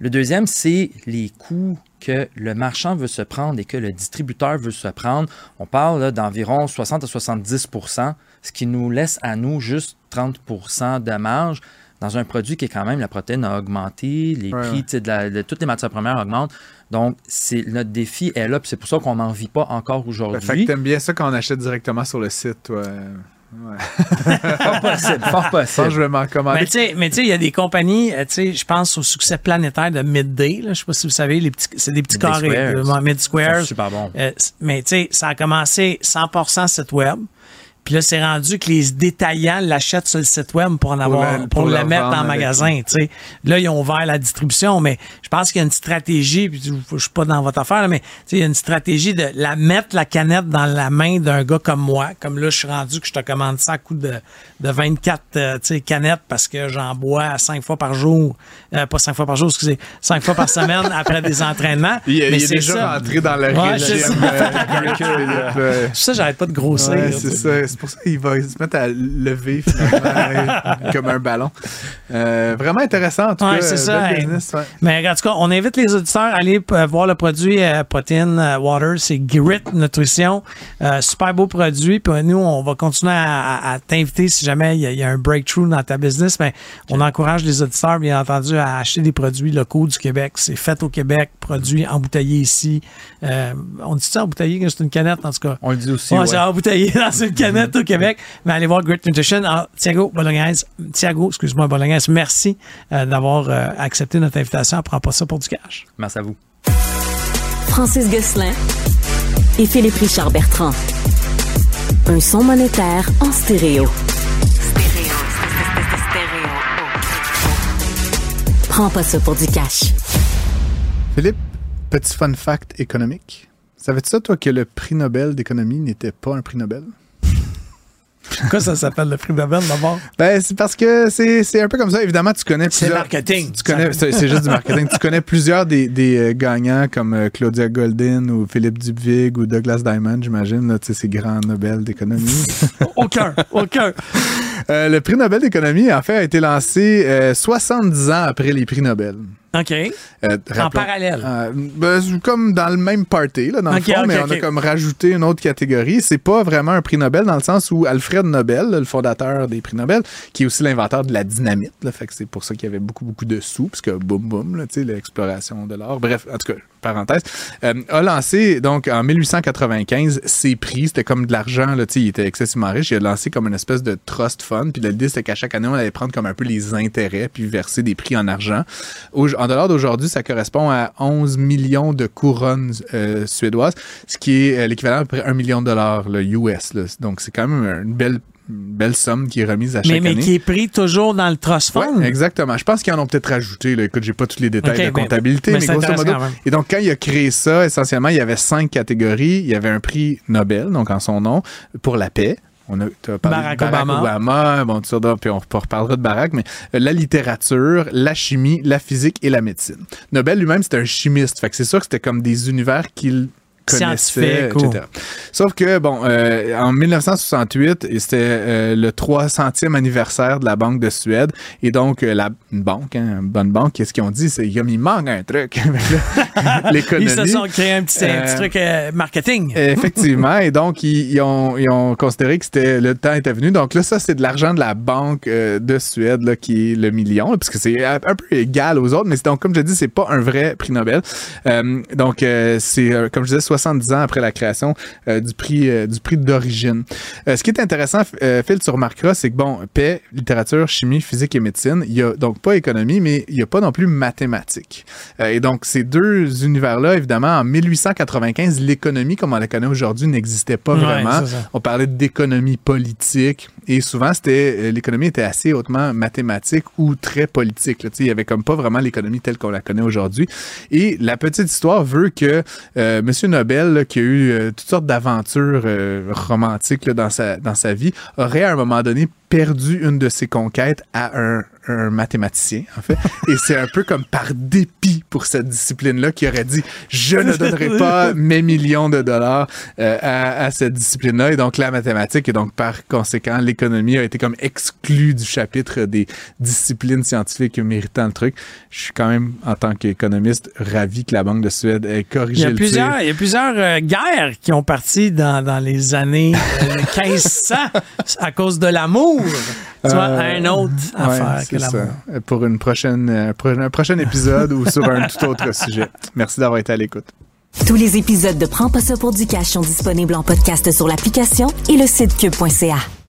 Le deuxième, c'est les coûts que le marchand veut se prendre et que le distributeur veut se prendre. On parle là, d'environ 60 à 70 %, ce qui nous laisse à nous juste 30 % de marge dans un produit qui est quand même, la protéine a augmenté, les prix de toutes les matières premières augmentent. Donc, notre défi est là, puis c'est pour ça qu'on n'en vit pas encore aujourd'hui. Fait que t'aimes bien ça quand on achète directement sur le site, toi. Ouais. Fort possible. Je vais m'en commander. Mais tu sais, il y a des compagnies, je pense au succès planétaire de Midday, là, je sais pas si vous savez, c'est des petits carrés, Mid-Squares. C'est super bon. Mais tu sais, ça a commencé 100% site web. Puis là, c'est rendu que les détaillants l'achètent sur le site web pour le mettre dans le magasin. T'sais. Là, ils ont ouvert la distribution, mais je pense qu'il y a une stratégie, puis je suis pas dans votre affaire, là, mais il y a une stratégie de mettre la canette dans la main d'un gars comme moi. Comme là, je suis rendu que je te commande ça à coup de 24 canettes parce que j'en bois 5 fois par jour. Pas 5 fois par jour, excusez. 5 fois par semaine après des entraînements. Il est déjà rentré dans le régime. C'est ça, j'arrête pas de grossir. Ouais, c'est ça. C'est pour ça qu'il va se mettre à lever finalement comme un ballon. Vraiment intéressant en tout cas. C'est ça. Business, Mais en tout cas, on invite les auditeurs à aller voir le produit Protein Water. C'est Grit Nutrition. Super beau produit. Puis nous, on va continuer à t'inviter si jamais il y a un breakthrough dans ta business. Mais on encourage les auditeurs, bien entendu, à acheter des produits locaux du Québec. C'est fait au Québec, produit embouteillé ici. On dit ça embouteillé, c'est une canette en tout cas. On le dit aussi. C'est embouteillé dans une canette au Québec. Mais allez voir Grit Nutrition. Alors, Thiago, excuse-moi, Bolognese, merci d'avoir accepté notre invitation. On prend pas ça pour du cash. Merci à vous. Francis Gosselin et Philippe Richard Bertrand. Un son monétaire en stéréo. Prends pas ça pour du cash. Philippe, petit fun fact économique. Savais-tu ça, toi, que le prix Nobel d'économie n'était pas un prix Nobel? Pourquoi ça s'appelle le prix Nobel d'abord? C'est parce que c'est un peu comme ça. Évidemment, tu connais plusieurs... C'est marketing. C'est juste du marketing. Tu connais plusieurs des gagnants comme Claudia Goldin ou Philippe Dubvig ou Douglas Diamond, j'imagine. Là, ces grands Nobel d'économie. Aucun. Le prix Nobel d'économie, en fait, a été lancé 70 ans après les prix Nobel. OK. En parallèle. Comme dans le même party, là, dans le fond, mais on a comme rajouté une autre catégorie. C'est pas vraiment un prix Nobel dans le sens où Alfred Nobel, le fondateur des prix Nobel, qui est aussi l'inventeur de la dynamite, là, fait que c'est pour ça qu'il y avait beaucoup de sous, parce que boum boum, là, l'exploration de l'or. Bref, en tout cas, parenthèse, a lancé donc en 1895 ses prix. C'était comme de l'argent, là, il était excessivement riche. Il a lancé comme une espèce de trust fund. Puis l'idée, c'était qu'à chaque année, on allait prendre comme un peu les intérêts puis verser des prix en argent. En dollars d'aujourd'hui, ça correspond à 11 millions de couronnes suédoises, ce qui est l'équivalent à peu près $1 million le US. Là. Donc, c'est quand même une belle somme qui est remise à chaque année. Mais qui est pris toujours dans le trust fund. Oui, exactement. Je pense qu'ils en ont peut-être rajouté. Là. Écoute, j'ai pas tous les détails de comptabilité, mais grosso modo. Et donc, quand il a créé ça, essentiellement, il y avait 5 catégories. Il y avait un prix Nobel, donc en son nom, pour la paix. Tu as parlé de Barack Obama, bon, tout ça, puis on reparlera de Barack, mais la littérature, la chimie, la physique et la médecine. Nobel lui-même, c'était un chimiste, fait que c'est sûr que c'était comme des univers qu'il connaissait, etc. Sauf que, en 1968, c'était le 300e anniversaire de la Banque de Suède. Et donc, une bonne banque, qu'est-ce qu'ils ont dit? C'est qu'il manque un truc. L'économie. Ils se sont créés un petit truc marketing. Effectivement. Et donc, ils ont considéré que le temps était venu. Donc là, ça, c'est de l'argent de la Banque de Suède, là, qui est le million, là, parce que c'est un peu égal aux autres. Mais donc, comme je dis, c'est pas un vrai prix Nobel. Donc, c'est, comme je disais, 70 ans après la création du prix d'origine. Ce qui est intéressant, Phil, tu remarqueras, c'est que, paix, littérature, chimie, physique et médecine, il n'y a donc pas économie, mais il n'y a pas non plus mathématiques. Et donc, ces deux univers-là, évidemment, en 1895, l'économie, comme on la connaît aujourd'hui, n'existait pas vraiment. On parlait d'économie politique et souvent, l'économie était assez hautement mathématique ou très politique. Là. Il n'y avait comme pas vraiment l'économie telle qu'on la connaît aujourd'hui. Et la petite histoire veut que M. Nobel, là, qui a eu toutes sortes d'aventures romantiques là, dans sa vie, aurait à un moment donné perdu une de ses conquêtes à un mathématicien, en fait. Et c'est un peu comme par dépit pour cette discipline-là qui aurait dit « Je ne donnerai pas mes millions de dollars à cette discipline-là. » Et donc, la mathématique et donc, par conséquent, l'économie a été comme exclue du chapitre des disciplines scientifiques méritant le truc. Je suis quand même, en tant qu'économiste, ravi que la Banque de Suède ait corrigé le tir. Il y a plusieurs guerres qui ont parti dans les années 1500 à cause de l'amour. Tu vois, une autre affaire que l'amour. Pour un prochain épisode ou sur un tout autre sujet. Merci d'avoir été à l'écoute. Tous les épisodes de Prends pas ça pour du cash sont disponibles en podcast sur l'application et le site cube.ca.